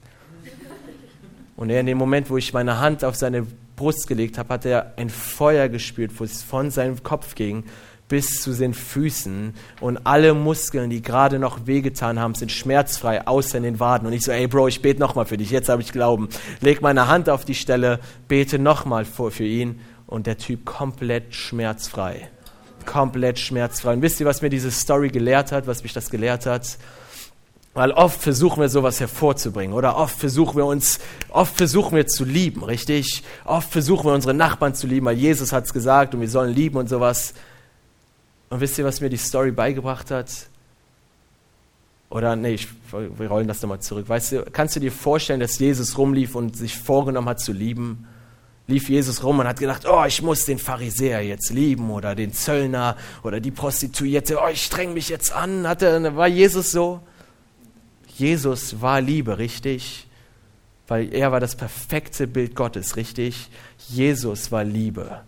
Und er in dem Moment, wo ich meine Hand auf seine Brust gelegt habe, hat er ein Feuer gespürt, wo es von seinem Kopf ging bis zu den Füßen und alle Muskeln, die gerade noch wehgetan haben, sind schmerzfrei, außer in den Waden. Und ich so, ey Bro, ich bete nochmal für dich, jetzt habe ich Glauben. Leg meine Hand auf die Stelle, bete nochmal für ihn und der Typ komplett schmerzfrei. Komplett schmerzfrei. Und wisst ihr, was mir diese Story gelehrt hat, was mich das gelehrt hat? Weil oft versuchen wir sowas hervorzubringen oder oft versuchen wir zu lieben, richtig? Oft versuchen wir unsere Nachbarn zu lieben, weil Jesus hat es gesagt und wir sollen lieben und sowas. Und wisst ihr, was mir die Story beigebracht hat? Oder, wir rollen das nochmal zurück. Weißt du, kannst du dir vorstellen, dass Jesus rumlief und sich vorgenommen hat zu lieben? Lief Jesus rum und hat gedacht, oh, ich muss den Pharisäer jetzt lieben oder den Zöllner oder die Prostituierte, oh, ich streng mich jetzt an. War Jesus so? Jesus war Liebe, richtig? Weil er war das perfekte Bild Gottes, richtig? Jesus war Liebe.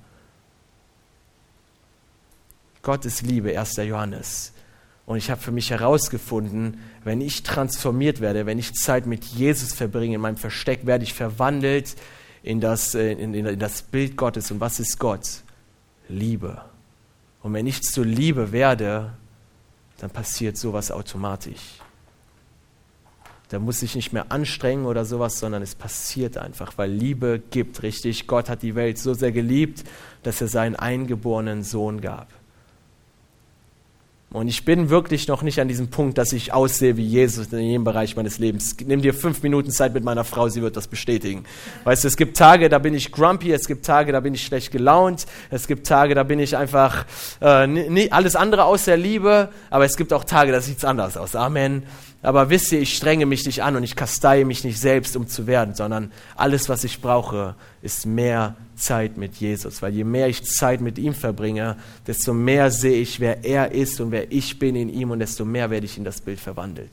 Gott ist Liebe, 1. Johannes. Und ich habe für mich herausgefunden, wenn ich transformiert werde, wenn ich Zeit mit Jesus verbringe, in meinem Versteck, werde ich verwandelt in das Bild Gottes. Und was ist Gott? Liebe. Und wenn ich zur Liebe werde, dann passiert sowas automatisch. Da muss ich nicht mehr anstrengen oder sowas, sondern es passiert einfach, weil Liebe gibt, richtig? Gott hat die Welt so sehr geliebt, dass er seinen eingeborenen Sohn gab. Und ich bin wirklich noch nicht an diesem Punkt, dass ich aussehe wie Jesus in jedem Bereich meines Lebens. Nimm dir 5 Minuten Zeit mit meiner Frau, sie wird das bestätigen. Weißt du, es gibt Tage, da bin ich grumpy, es gibt Tage, da bin ich schlecht gelaunt, es gibt Tage, da bin ich einfach alles andere außer Liebe, aber es gibt auch Tage, da sieht es anders aus. Amen. Aber wisst ihr, ich strenge mich nicht an und ich kasteie mich nicht selbst, um zu werden, sondern alles, was ich brauche, ist mehr Zeit mit Jesus. Weil je mehr ich Zeit mit ihm verbringe, desto mehr sehe ich, wer er ist und wer ich bin in ihm und desto mehr werde ich in das Bild verwandelt.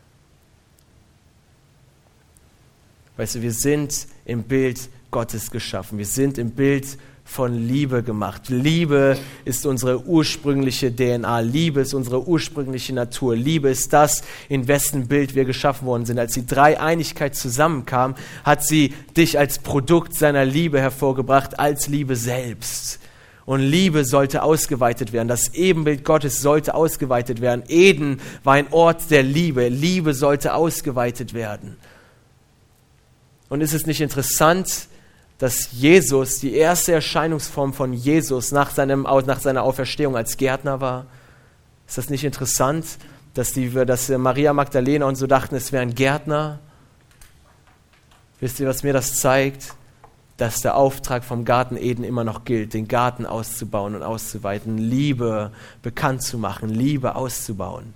Weißt du, wir sind im Bild Gottes geschaffen. Wir sind im Bild von Liebe gemacht. Liebe ist unsere ursprüngliche DNA. Liebe ist unsere ursprüngliche Natur. Liebe ist das, in wessen Bild wir geschaffen worden sind. Als die Dreieinigkeit zusammenkam, hat sie dich als Produkt seiner Liebe hervorgebracht, als Liebe selbst. Und Liebe sollte ausgeweitet werden. Das Ebenbild Gottes sollte ausgeweitet werden. Eden war ein Ort der Liebe. Liebe sollte ausgeweitet werden. Und ist es nicht interessant, dass Jesus, die erste Erscheinungsform von Jesus nach seiner Auferstehung als Gärtner war? Ist das nicht interessant, dass Maria Magdalena und so dachten, es wäre ein Gärtner? Wisst ihr, was mir das zeigt? Dass der Auftrag vom Garten Eden immer noch gilt, den Garten auszubauen und auszuweiten, Liebe bekannt zu machen, Liebe auszubauen.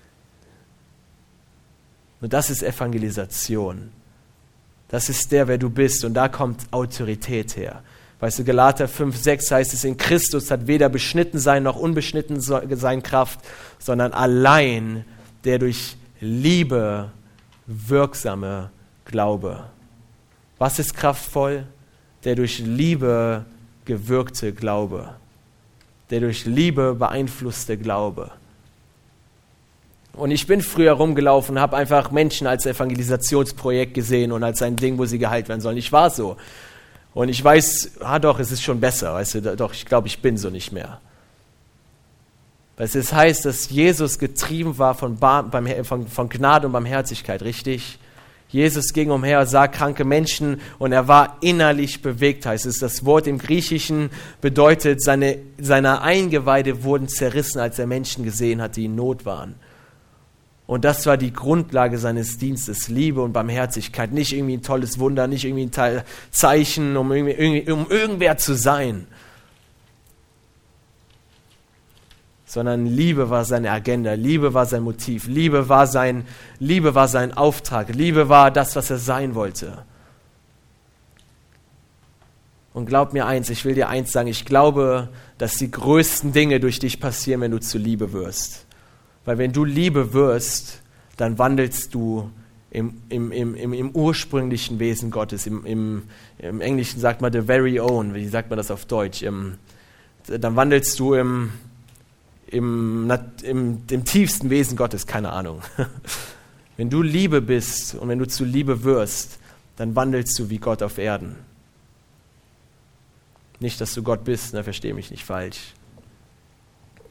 Und das ist Evangelisation. Das ist wer du bist und da kommt Autorität her. Weißt du, Galater 5,6 heißt es, in Christus hat weder beschnitten sein noch unbeschnitten sein Kraft, sondern allein der durch Liebe wirksame Glaube. Was ist kraftvoll? Der durch Liebe gewirkte Glaube. Der durch Liebe beeinflusste Glaube. Und ich bin früher rumgelaufen und habe einfach Menschen als Evangelisationsprojekt gesehen und als ein Ding, wo sie geheilt werden sollen. Ich war so. Und ich weiß, es ist schon besser. Weißt du, doch, ich glaube, ich bin so nicht mehr. Weil es heißt, dass Jesus getrieben war von Gnade und Barmherzigkeit, richtig? Jesus ging umher, sah kranke Menschen und er war innerlich bewegt, heißt es. Das Wort im Griechischen bedeutet, seine Eingeweide wurden zerrissen, als er Menschen gesehen hat, die in Not waren. Und das war die Grundlage seines Dienstes, Liebe und Barmherzigkeit. Nicht irgendwie ein tolles Wunder, nicht irgendwie ein Zeichen, um irgendwer zu sein. Sondern Liebe war seine Agenda, Liebe war sein Motiv, Liebe war sein Auftrag, Liebe war das, was er sein wollte. Und glaub mir eins, ich will dir eins sagen, ich glaube, dass die größten Dinge durch dich passieren, wenn du zu Liebe wirst. Weil wenn du Liebe wirst, dann wandelst du im ursprünglichen Wesen Gottes. Im Englischen sagt man the very own, wie sagt man das auf Deutsch? Dann wandelst du im tiefsten Wesen Gottes, keine Ahnung. Wenn du Liebe bist und wenn du zu Liebe wirst, dann wandelst du wie Gott auf Erden. Nicht, dass du Gott bist, versteh mich nicht falsch.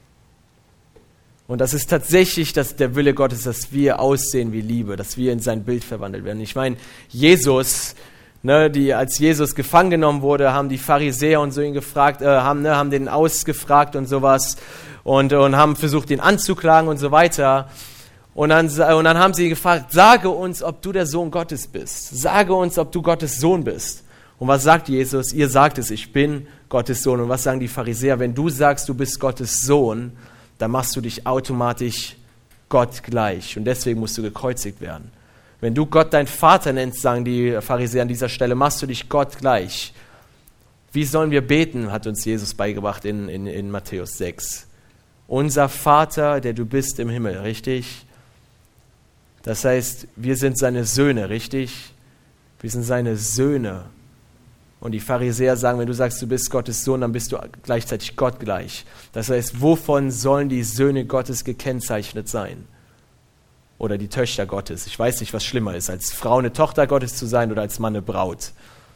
Und das ist tatsächlich der Wille Gottes, dass wir aussehen wie Liebe, dass wir in sein Bild verwandelt werden. Ich meine, Jesus, als Jesus gefangen genommen wurde, haben die Pharisäer und so ihn gefragt, haben den ausgefragt und sowas und haben versucht, ihn anzuklagen und so weiter. Und dann haben sie ihn gefragt, sage uns, ob du der Sohn Gottes bist. Sage uns, ob du Gottes Sohn bist. Und was sagt Jesus? Ihr sagt es, ich bin Gottes Sohn. Und was sagen die Pharisäer? Wenn du sagst, du bist Gottes Sohn, dann machst du dich automatisch Gott gleich. Und deswegen musst du gekreuzigt werden. Wenn du Gott dein Vater nennst, sagen die Pharisäer an dieser Stelle, machst du dich Gott gleich. Wie sollen wir beten, hat uns Jesus beigebracht in Matthäus 6. Unser Vater, der du bist im Himmel, richtig? Das heißt, wir sind seine Söhne, richtig? Wir sind seine Söhne. Und die Pharisäer sagen, wenn du sagst, du bist Gottes Sohn, dann bist du gleichzeitig Gott gleich. Das heißt, wovon sollen die Söhne Gottes gekennzeichnet sein? Oder die Töchter Gottes? Ich weiß nicht, was schlimmer ist, als Frau eine Tochter Gottes zu sein oder als Mann eine Braut.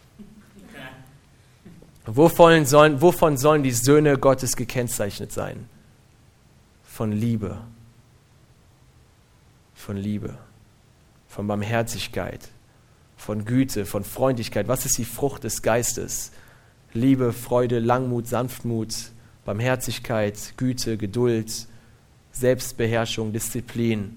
Wovon sollen die Söhne Gottes gekennzeichnet sein? Von Liebe. Von Liebe. Von Barmherzigkeit. Von Güte, von Freundlichkeit. Was ist die Frucht des Geistes? Liebe, Freude, Langmut, Sanftmut, Barmherzigkeit, Güte, Geduld, Selbstbeherrschung, Disziplin.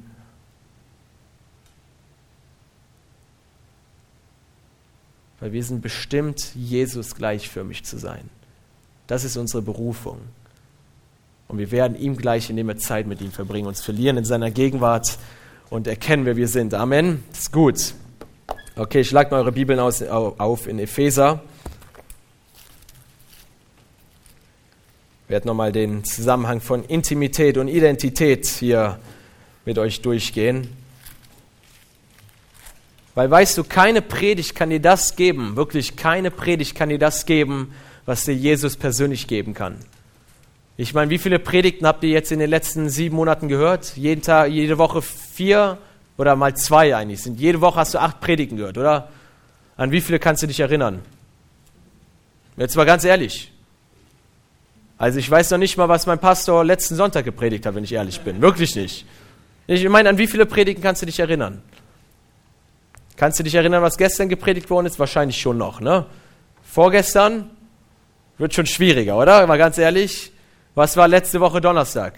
Weil wir sind bestimmt, Jesus gleichförmig zu sein. Das ist unsere Berufung. Und wir werden ihm gleich, indem wir Zeit mit ihm verbringen, uns verlieren in seiner Gegenwart und erkennen, wer wir sind. Amen. Das ist gut. Okay, schlagt mal eure Bibeln auf in Epheser. Ich werde nochmal den Zusammenhang von Intimität und Identität hier mit euch durchgehen. Weil weißt du, keine Predigt kann dir das geben, wirklich keine Predigt kann dir das geben, was dir Jesus persönlich geben kann. Ich meine, wie viele Predigten habt ihr jetzt in den letzten 7 Monaten gehört? Jeden Tag, jede Woche 4 oder mal 2 eigentlich. Jede Woche hast du 8 Predigten gehört, oder? An wie viele kannst du dich erinnern? Jetzt mal ganz ehrlich. Also ich weiß noch nicht mal, was mein Pastor letzten Sonntag gepredigt hat, wenn ich ehrlich bin. Wirklich nicht. Ich meine, an wie viele Predigten kannst du dich erinnern? Kannst du dich erinnern, was gestern gepredigt worden ist? Wahrscheinlich schon noch, ne? Vorgestern wird schon schwieriger, oder? Mal ganz ehrlich. Was war letzte Woche Donnerstag?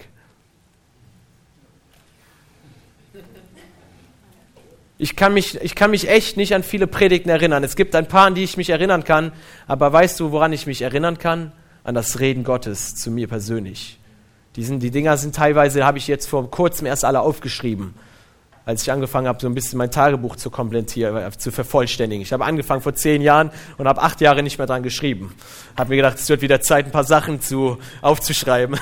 Ich kann mich echt nicht an viele Predigten erinnern. Es gibt ein paar, an die ich mich erinnern kann. Aber weißt du, woran ich mich erinnern kann? An das Reden Gottes zu mir persönlich. Die Dinger sind teilweise, habe ich jetzt vor kurzem erst alle aufgeschrieben, als ich angefangen habe, so ein bisschen mein Tagebuch zu vervollständigen. Ich habe angefangen vor 10 Jahren und habe 8 Jahre nicht mehr dran geschrieben. Habe mir gedacht, es wird wieder Zeit, ein paar Sachen aufzuschreiben.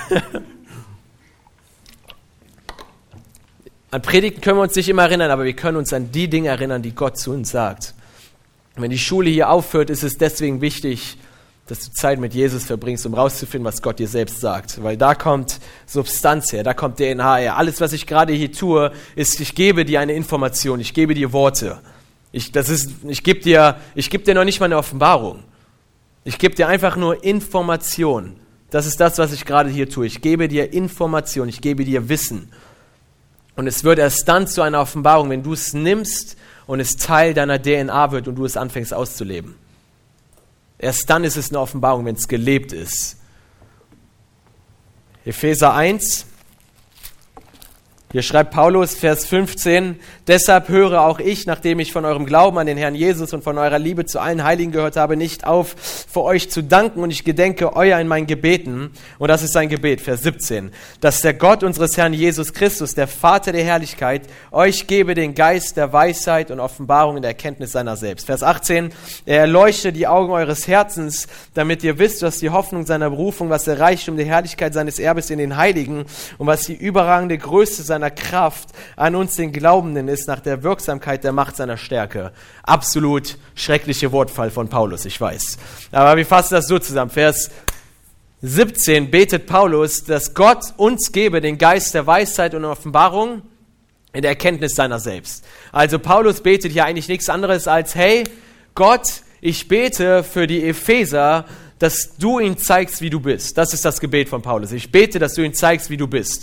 An Predigten können wir uns nicht immer erinnern, aber wir können uns an die Dinge erinnern, die Gott zu uns sagt. Und wenn die Schule hier aufhört, ist es deswegen wichtig, dass du Zeit mit Jesus verbringst, um rauszufinden, was Gott dir selbst sagt. Weil da kommt Substanz her, da kommt DNA her. Alles, was ich gerade hier tue, ist, ich gebe dir eine Information, ich gebe dir Worte. Ich gebe dir noch nicht mal eine Offenbarung. Ich gebe dir einfach nur Information. Das ist das, was ich gerade hier tue. Ich gebe dir Information, ich gebe dir Wissen. Und es wird erst dann zu einer Offenbarung, wenn du es nimmst und es Teil deiner DNA wird und du es anfängst auszuleben. Erst dann ist es eine Offenbarung, wenn es gelebt ist. Epheser 1, hier schreibt Paulus, Vers 15, deshalb höre auch ich, nachdem ich von eurem Glauben an den Herrn Jesus und von eurer Liebe zu allen Heiligen gehört habe, nicht auf, für euch zu danken, und ich gedenke euer in meinen Gebeten, und das ist sein Gebet, Vers 17, dass der Gott unseres Herrn Jesus Christus, der Vater der Herrlichkeit, euch gebe den Geist der Weisheit und Offenbarung in der Erkenntnis seiner selbst. Vers 18, er erleuchte die Augen eures Herzens, damit ihr wisst, was die Hoffnung seiner Berufung, was der Reichtum der Herrlichkeit seines Erbes in den Heiligen und was die überragende Größe seiner Kraft an uns den Glaubenden ist, nach der Wirksamkeit der Macht seiner Stärke. Absolut schreckliche Wortwahl von Paulus, ich weiß. Aber wir fassen das so zusammen. Vers 17 betet Paulus, dass Gott uns gebe den Geist der Weisheit und Offenbarung in der Erkenntnis seiner selbst. Also Paulus betet hier eigentlich nichts anderes als, hey Gott, ich bete für die Epheser, dass du ihnen zeigst, wie du bist. Das ist das Gebet von Paulus. Ich bete, dass du ihnen zeigst, wie du bist.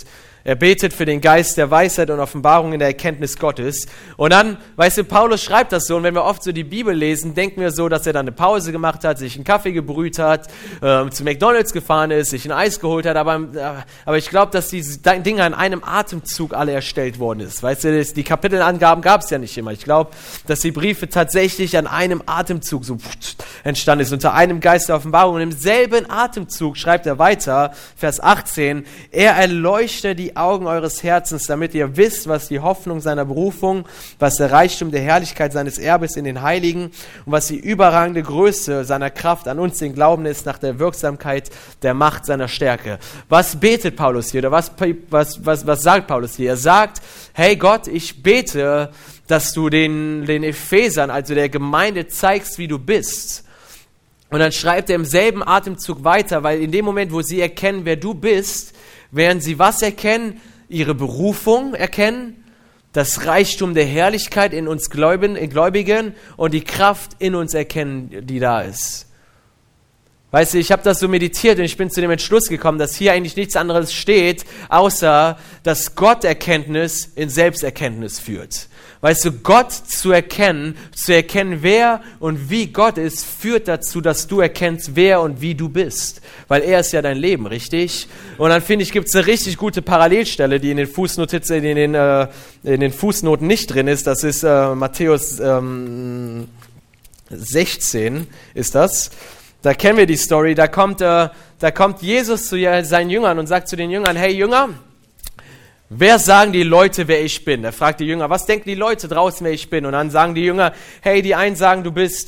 Er betet für den Geist der Weisheit und Offenbarung in der Erkenntnis Gottes. Und dann, weißt du, Paulus schreibt das so, und wenn wir oft so die Bibel lesen, denken wir so, dass er dann eine Pause gemacht hat, sich einen Kaffee gebrüht hat, zu McDonald's gefahren ist, sich ein Eis geholt hat, aber ich glaube, dass diese Dinge an einem Atemzug alle erstellt worden ist. Weißt du, die Kapitelangaben gab es ja nicht immer. Ich glaube, dass die Briefe tatsächlich an einem Atemzug so entstanden ist, unter einem Geist der Offenbarung. Und im selben Atemzug schreibt er weiter, Vers 18, er erleuchte die Augen eures Herzens, damit ihr wisst, was die Hoffnung seiner Berufung, was der Reichtum der Herrlichkeit seines Erbes in den Heiligen und was die überragende Größe seiner Kraft an uns, den Glauben ist, nach der Wirksamkeit der Macht seiner Stärke. Was betet Paulus hier, oder was sagt Paulus hier? Er sagt, hey Gott, ich bete, dass du den Ephesern, also der Gemeinde, zeigst, wie du bist. Und dann schreibt er im selben Atemzug weiter, weil in dem Moment, wo sie erkennen, wer du bist, werden sie was erkennen? Ihre Berufung erkennen, das Reichtum der Herrlichkeit in uns Gläubigen und die Kraft in uns erkennen, die da ist. Weißt du, ich habe das so meditiert und ich bin zu dem Entschluss gekommen, dass hier eigentlich nichts anderes steht, außer dass Gotterkenntnis in Selbsterkenntnis führt. Weißt du, Gott zu erkennen, wer und wie Gott ist, führt dazu, dass du erkennst, wer und wie du bist. Weil er ist ja dein Leben, richtig? Und dann finde ich, gibt es eine richtig gute Parallelstelle, die in den Fußnotizen, in den Fußnoten nicht drin ist. Das ist Matthäus 16 ist das. Da kennen wir die Story. Da kommt Jesus zu seinen Jüngern und sagt zu den Jüngern, hey Jünger, wer sagen die Leute, wer ich bin? Er fragt die Jünger, was denken die Leute draußen, wer ich bin? Und dann sagen die Jünger, hey, die einen sagen, du bist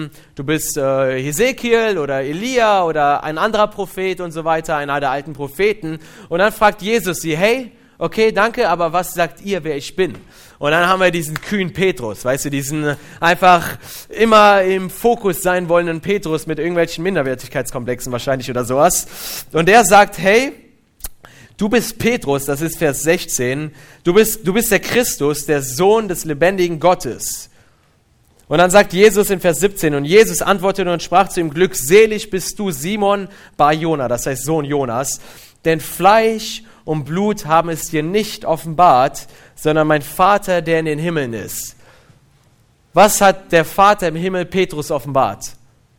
Hesekiel oder Elia oder ein anderer Prophet und so weiter, einer der alten Propheten. Und dann fragt Jesus sie, hey, okay, danke, aber was sagt ihr, wer ich bin? Und dann haben wir diesen kühnen Petrus, weißt du, diesen einfach immer im Fokus sein wollenden Petrus mit irgendwelchen Minderwertigkeitskomplexen wahrscheinlich oder sowas. Und der sagt, hey, du bist Petrus, das ist Vers 16, du bist der Christus, der Sohn des lebendigen Gottes. Und dann sagt Jesus in Vers 17, und Jesus antwortete und sprach zu ihm, glückselig bist du, Simon Bar Jona, das heißt Sohn Jonas, denn Fleisch und Blut haben es dir nicht offenbart, sondern mein Vater, der in den Himmeln ist. Was hat der Vater im Himmel Petrus offenbart?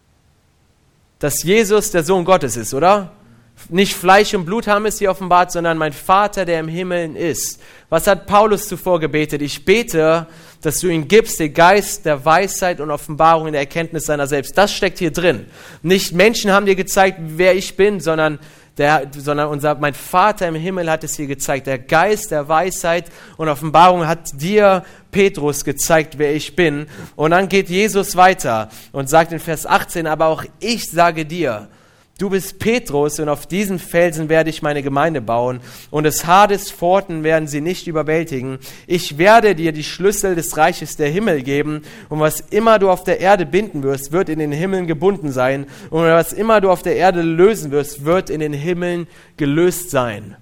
Dass Jesus der Sohn Gottes ist, oder? Nicht Fleisch und Blut haben es dir offenbart, sondern mein Vater, der im Himmel ist. Was hat Paulus zuvor gebetet? Ich bete, dass du ihm gibst, den Geist der Weisheit und Offenbarung in der Erkenntnis seiner selbst. Das steckt hier drin. Nicht Menschen haben dir gezeigt, wer ich bin, sondern mein Vater im Himmel hat es hier gezeigt. Der Geist der Weisheit und Offenbarung hat dir, Petrus, gezeigt, wer ich bin. Und dann geht Jesus weiter und sagt in Vers 18, aber auch ich sage dir, du bist Petrus und auf diesen Felsen werde ich meine Gemeinde bauen und des Hades Pforten werden sie nicht überwältigen. Ich werde dir die Schlüssel des Reiches der Himmel geben und was immer du auf der Erde binden wirst, wird in den Himmeln gebunden sein und was immer du auf der Erde lösen wirst, wird in den Himmeln gelöst sein.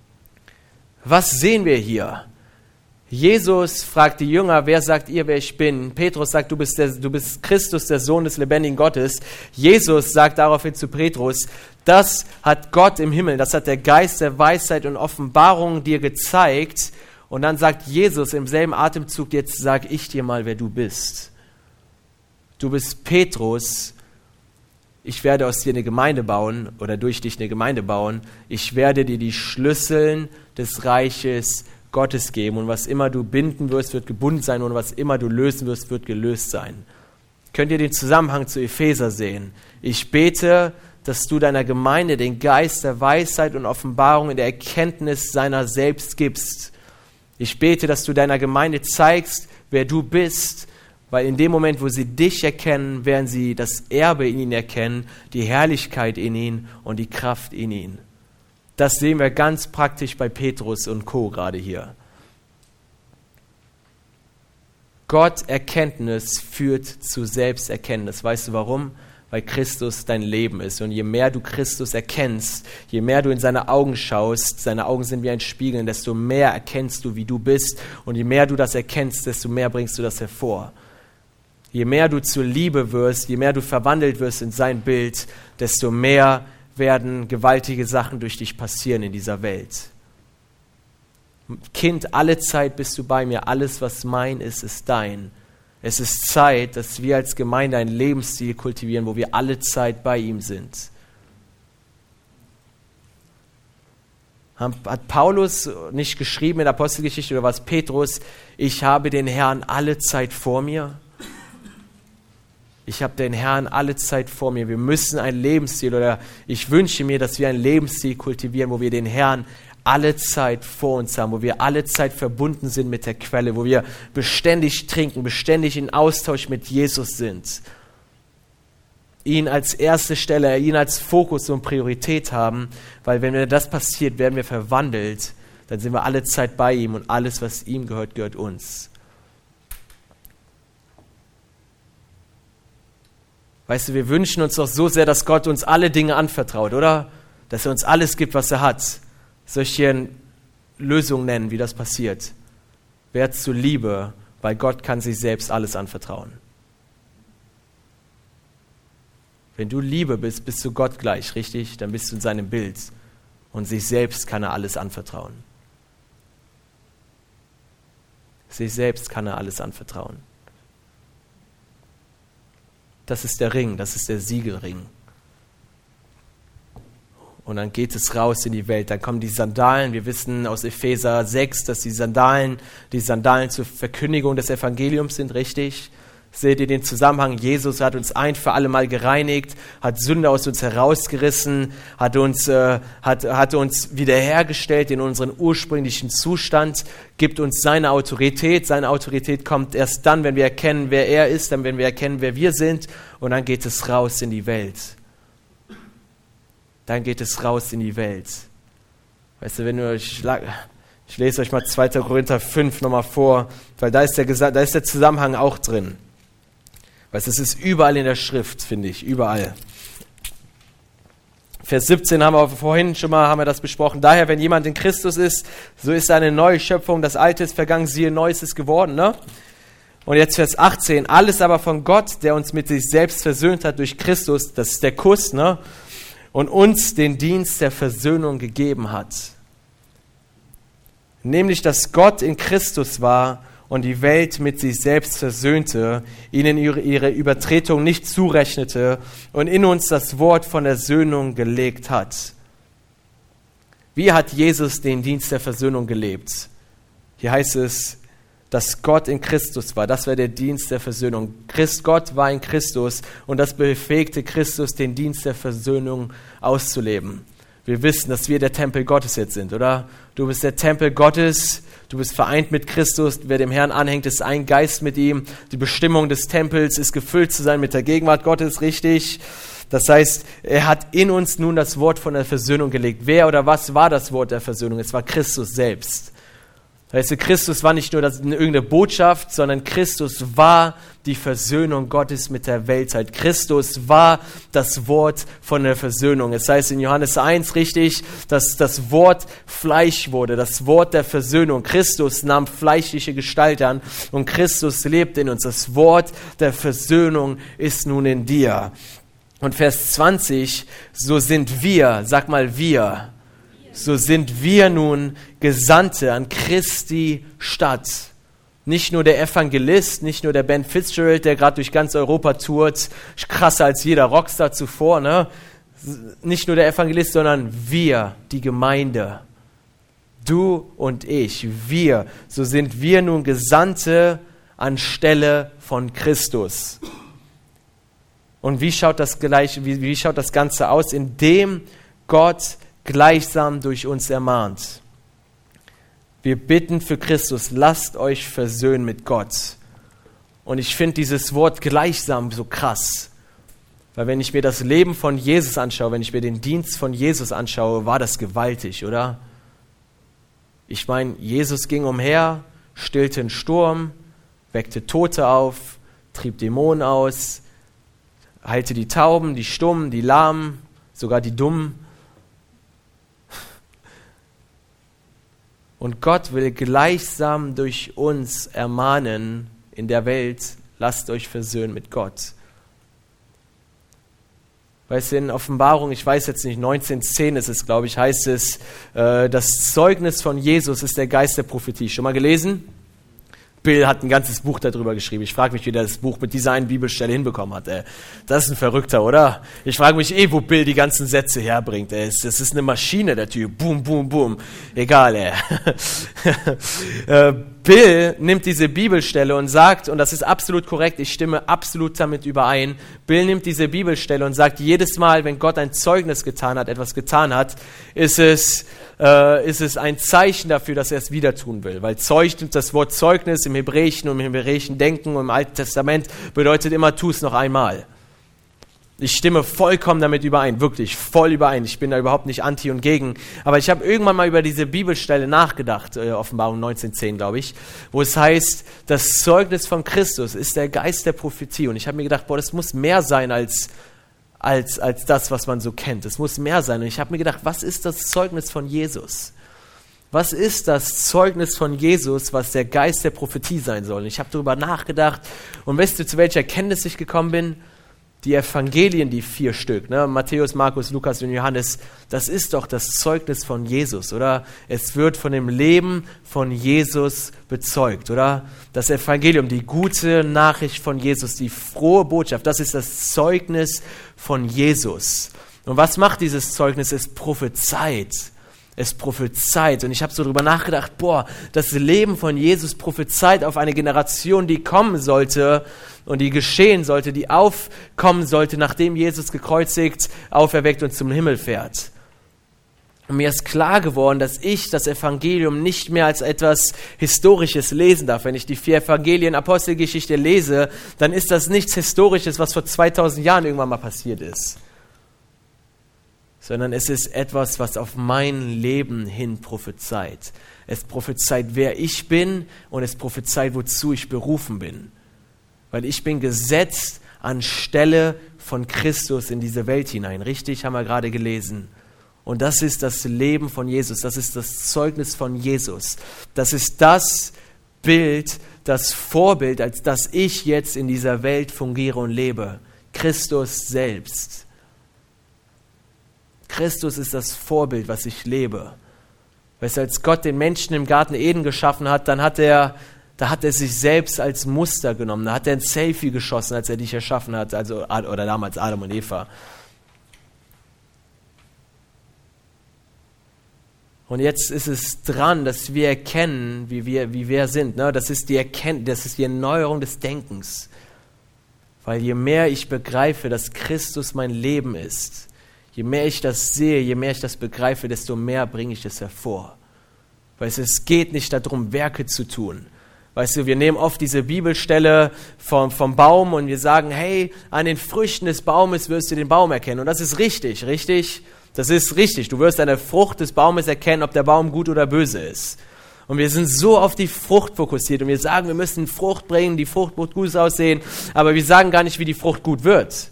Was sehen wir hier? Jesus fragt die Jünger, wer sagt ihr, wer ich bin? Petrus sagt, du bist Christus, der Sohn des lebendigen Gottes. Jesus sagt daraufhin zu Petrus, das hat Gott im Himmel, das hat der Geist der Weisheit und Offenbarung dir gezeigt. Und dann sagt Jesus im selben Atemzug, jetzt sag ich dir mal, wer du bist. Du bist Petrus, ich werde aus dir eine Gemeinde bauen oder durch dich eine Gemeinde bauen. Ich werde dir die Schlüsseln des Reiches Gottes geben und was immer du binden wirst, wird gebunden sein und was immer du lösen wirst, wird gelöst sein. Könnt ihr den Zusammenhang zu Epheser sehen? Ich bete, dass du deiner Gemeinde den Geist der Weisheit und Offenbarung in der Erkenntnis seiner selbst gibst. Ich bete, dass du deiner Gemeinde zeigst, wer du bist, weil in dem Moment, wo sie dich erkennen, werden sie das Erbe in ihnen erkennen, die Herrlichkeit in ihnen und die Kraft in ihnen. Das sehen wir ganz praktisch bei Petrus und Co. gerade hier. Gotterkenntnis führt zu Selbsterkenntnis. Weißt du warum? Weil Christus dein Leben ist. Und je mehr du Christus erkennst, je mehr du in seine Augen schaust, seine Augen sind wie ein Spiegel, desto mehr erkennst du, wie du bist. Und je mehr du das erkennst, desto mehr bringst du das hervor. Je mehr du zur Liebe wirst, je mehr du verwandelt wirst in sein Bild, desto mehr werden gewaltige Sachen durch dich passieren in dieser Welt. Kind, alle Zeit bist du bei mir, alles, was mein ist, ist dein. Es ist Zeit, dass wir als Gemeinde einen Lebensstil kultivieren, wo wir alle Zeit bei ihm sind. Hat Paulus nicht geschrieben in der Apostelgeschichte oder was Petrus, ich habe den Herrn alle Zeit vor mir? Ich habe den Herrn alle Zeit vor mir. Wir müssen ein Lebensstil oder ich wünsche mir, dass wir einen Lebensstil kultivieren, wo wir den Herrn alle Zeit vor uns haben, wo wir alle Zeit verbunden sind mit der Quelle, wo wir beständig trinken, beständig in Austausch mit Jesus sind. Ihn als erste Stelle, ihn als Fokus und Priorität haben, weil wenn das passiert, werden wir verwandelt, dann sind wir alle Zeit bei ihm und alles, was ihm gehört, gehört uns. Weißt du, wir wünschen uns doch so sehr, dass Gott uns alle Dinge anvertraut, oder? Dass er uns alles gibt, was er hat. Soll ich hier eine Lösung nennen, wie das passiert? Werd zur Liebe, weil Gott kann sich selbst alles anvertrauen. Wenn du Liebe bist, bist du Gott gleich, richtig? Dann bist du in seinem Bild. Und sich selbst kann er alles anvertrauen. Sich selbst kann er alles anvertrauen. Das ist der Ring, das ist der Siegelring. Und dann geht es raus in die Welt. Dann kommen die Sandalen. Wir wissen aus Epheser 6, dass die Sandalen zur Verkündigung des Evangeliums sind, richtig? Seht ihr den Zusammenhang? Jesus hat uns ein für alle Mal gereinigt, hat Sünde aus uns herausgerissen, hat uns wiederhergestellt in unseren ursprünglichen Zustand, gibt uns seine Autorität. Seine Autorität kommt erst dann, wenn wir erkennen, wer er ist, dann wenn wir erkennen, wer wir sind. Und dann geht es raus in die Welt. Dann geht es raus in die Welt. Weißt du, ich lese euch mal 2. Korinther 5 nochmal vor, weil da ist der Zusammenhang auch drin. Weißt du, es ist überall in der Schrift, finde ich, überall. Vers 17 haben wir das besprochen. Daher, wenn jemand in Christus ist, so ist er eine neue Schöpfung, das Alte ist vergangen, siehe, Neues ist geworden, ne? Und jetzt Vers 18, alles aber von Gott, der uns mit sich selbst versöhnt hat durch Christus, das ist der Kuss, ne? Und uns den Dienst der Versöhnung gegeben hat. Nämlich, dass Gott in Christus war und die Welt mit sich selbst versöhnte, ihnen ihre Übertretung nicht zurechnete und in uns das Wort von der Versöhnung gelegt hat. Wie hat Jesus den Dienst der Versöhnung gelebt? Hier heißt es, dass Gott in Christus war. Das war der Dienst der Versöhnung. Gott war in Christus und das befähigte Christus, den Dienst der Versöhnung auszuleben. Wir wissen, dass wir der Tempel Gottes jetzt sind, oder? Du bist der Tempel Gottes, du bist vereint mit Christus, wer dem Herrn anhängt, ist ein Geist mit ihm. Die Bestimmung des Tempels ist gefüllt zu sein mit der Gegenwart Gottes, richtig? Das heißt, er hat in uns nun das Wort von der Versöhnung gelegt. Wer oder was war das Wort der Versöhnung? Es war Christus selbst. Weißt du, Christus war nicht nur irgendeine Botschaft, sondern Christus war die Versöhnung Gottes mit der Weltzeit. Christus war das Wort von der Versöhnung. Es heißt in Johannes 1 richtig, dass das Wort Fleisch wurde, das Wort der Versöhnung. Christus nahm fleischliche Gestalt an und Christus lebt in uns. Das Wort der Versöhnung ist nun in dir. Und Vers 20, so sind wir, sag mal wir. So sind wir nun Gesandte an Christi Stadt. Nicht nur der Evangelist, nicht nur der Ben Fitzgerald, der gerade durch ganz Europa tourt, krasser als jeder Rockstar zuvor, ne? Nicht nur der Evangelist, sondern wir, die Gemeinde. Du und ich, wir. So sind wir nun Gesandte anstelle von Christus. Und wie schaut das Ganze aus? Indem Gott gleichsam durch uns ermahnt. Wir bitten für Christus, lasst euch versöhnen mit Gott. Und ich finde dieses Wort gleichsam so krass. Weil wenn ich mir das Leben von Jesus anschaue, wenn ich mir den Dienst von Jesus anschaue, war das gewaltig, oder? Ich meine, Jesus ging umher, stillte einen Sturm, weckte Tote auf, trieb Dämonen aus, heilte die Tauben, die Stummen, die Lahmen, sogar die Dummen. Und Gott will gleichsam durch uns ermahnen in der Welt, lasst euch versöhnen mit Gott. Weißt du, in Offenbarung, ich weiß jetzt nicht, 19,10 ist es, glaube ich, heißt es, das Zeugnis von Jesus ist der Geist der Prophetie. Schon mal gelesen? Bill hat ein ganzes Buch darüber geschrieben. Ich frage mich, wie der das Buch mit dieser einen Bibelstelle hinbekommen hat. Das ist ein Verrückter, oder? Ich frage mich wo Bill die ganzen Sätze herbringt. Das ist eine Maschine, der Typ. Boom, boom, boom. Egal, Bill nimmt diese Bibelstelle und sagt, und das ist absolut korrekt, ich stimme absolut damit überein, Bill nimmt diese Bibelstelle und sagt, jedes Mal, wenn Gott ein Zeugnis getan hat, etwas getan hat, ist es ein Zeichen dafür, dass er es wieder tun will. Weil das Wort Zeugnis im Hebräischen und im hebräischen Denken und im Alten Testament bedeutet immer, tu es noch einmal. Ich stimme vollkommen damit überein, wirklich voll überein. Ich bin da überhaupt nicht anti und gegen. Aber ich habe irgendwann mal über diese Bibelstelle nachgedacht, Offenbarung 19,10, glaube ich, wo es heißt, das Zeugnis von Christus ist der Geist der Prophetie. Und ich habe mir gedacht, das muss mehr sein als das, was man so kennt. Es muss mehr sein. Und ich habe mir gedacht, was ist das Zeugnis von Jesus? Was ist das Zeugnis von Jesus, was der Geist der Prophetie sein soll? Und ich habe darüber nachgedacht. Und weißt du, zu welcher Erkenntnis ich gekommen bin? Die Evangelien, die 4 Stück, Matthäus, Markus, Lukas und Johannes, das ist doch das Zeugnis von Jesus, oder? Es wird von dem Leben von Jesus bezeugt, oder? Das Evangelium, die gute Nachricht von Jesus, die frohe Botschaft, das ist das Zeugnis von Jesus. Und was macht dieses Zeugnis? Es prophezeit. Es prophezeit. Und ich habe so drüber nachgedacht, das Leben von Jesus prophezeit auf eine Generation, die kommen sollte und die geschehen sollte, die aufkommen sollte, nachdem Jesus gekreuzigt, auferweckt und zum Himmel fährt. Und mir ist klar geworden, dass ich das Evangelium nicht mehr als etwas Historisches lesen darf. Wenn ich die 4 Evangelien, Apostelgeschichte lese, dann ist das nichts Historisches, was vor 2000 Jahren irgendwann mal passiert ist. Sondern es ist etwas, was auf mein Leben hin prophezeit. Es prophezeit, wer ich bin, und es prophezeit, wozu ich berufen bin. Weil ich bin gesetzt anstelle von Christus in diese Welt hinein. Richtig, haben wir gerade gelesen. Und das ist das Leben von Jesus, das ist das Zeugnis von Jesus. Das ist das Bild, das Vorbild, als dass ich jetzt in dieser Welt fungiere und lebe. Christus selbst. Christus ist das Vorbild, was ich lebe. Weißt du, als Gott den Menschen im Garten Eden geschaffen hat, da hat er sich selbst als Muster genommen. Da hat er ein Selfie geschossen, als er dich erschaffen hat, oder damals Adam und Eva. Und jetzt ist es dran, dass wir erkennen, wie wir sind. Das ist die Erneuerung des Denkens. Weil je mehr ich begreife, dass Christus mein Leben ist, je mehr ich das sehe, je mehr ich das begreife, desto mehr bringe ich es hervor. Weißt du, es geht nicht darum, Werke zu tun. Weißt du, wir nehmen oft diese Bibelstelle vom Baum und wir sagen, hey, an den Früchten des Baumes wirst du den Baum erkennen. Und das ist richtig? Das ist richtig. Du wirst an der Frucht des Baumes erkennen, ob der Baum gut oder böse ist. Und wir sind so auf die Frucht fokussiert und wir sagen, wir müssen Frucht bringen, die Frucht muss gut aussehen, aber wir sagen gar nicht, wie die Frucht gut wird.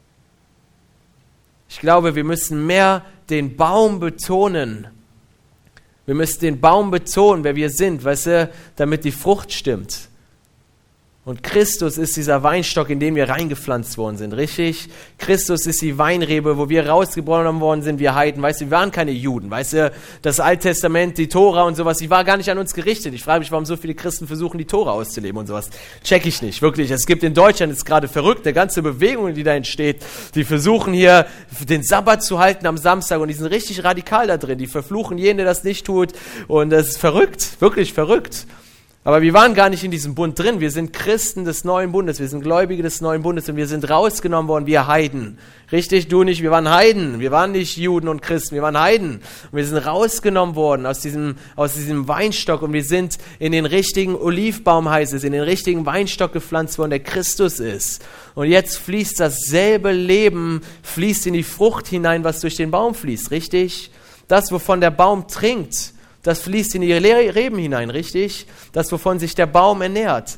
Ich glaube, wir müssen mehr den Baum betonen. Wir müssen den Baum betonen, wer wir sind, weißt du, damit die Frucht stimmt. Und Christus ist dieser Weinstock, in den wir reingepflanzt worden sind, richtig? Christus ist die Weinrebe, wo wir rausgeboren worden sind, wir Heiden. Weißt du, wir waren keine Juden, weißt du, das Alte Testament, die Tora und sowas, die war gar nicht an uns gerichtet. Ich frage mich, warum so viele Christen versuchen, die Tora auszuleben und sowas. Check ich nicht, wirklich. Es gibt in Deutschland, ist gerade verrückt, eine ganze Bewegung, die da entsteht, die versuchen hier den Sabbat zu halten am Samstag und die sind richtig radikal da drin. Die verfluchen jeden, der das nicht tut und das ist verrückt, wirklich verrückt. Aber wir waren gar nicht in diesem Bund drin. Wir sind Christen des neuen Bundes. Wir sind Gläubige des neuen Bundes und wir sind rausgenommen worden, wir Heiden. Richtig, du nicht, wir waren Heiden. Wir waren nicht Juden und Christen, wir waren Heiden. Und wir sind rausgenommen worden aus diesem Weinstock und wir sind in den richtigen Olivbaum, heißt es, in den richtigen Weinstock gepflanzt worden, der Christus ist. Und jetzt fließt dasselbe Leben, fließt in die Frucht hinein, was durch den Baum fließt, richtig? Das, wovon der Baum trinkt, das fließt in die Reben hinein, richtig? Das, wovon sich der Baum ernährt.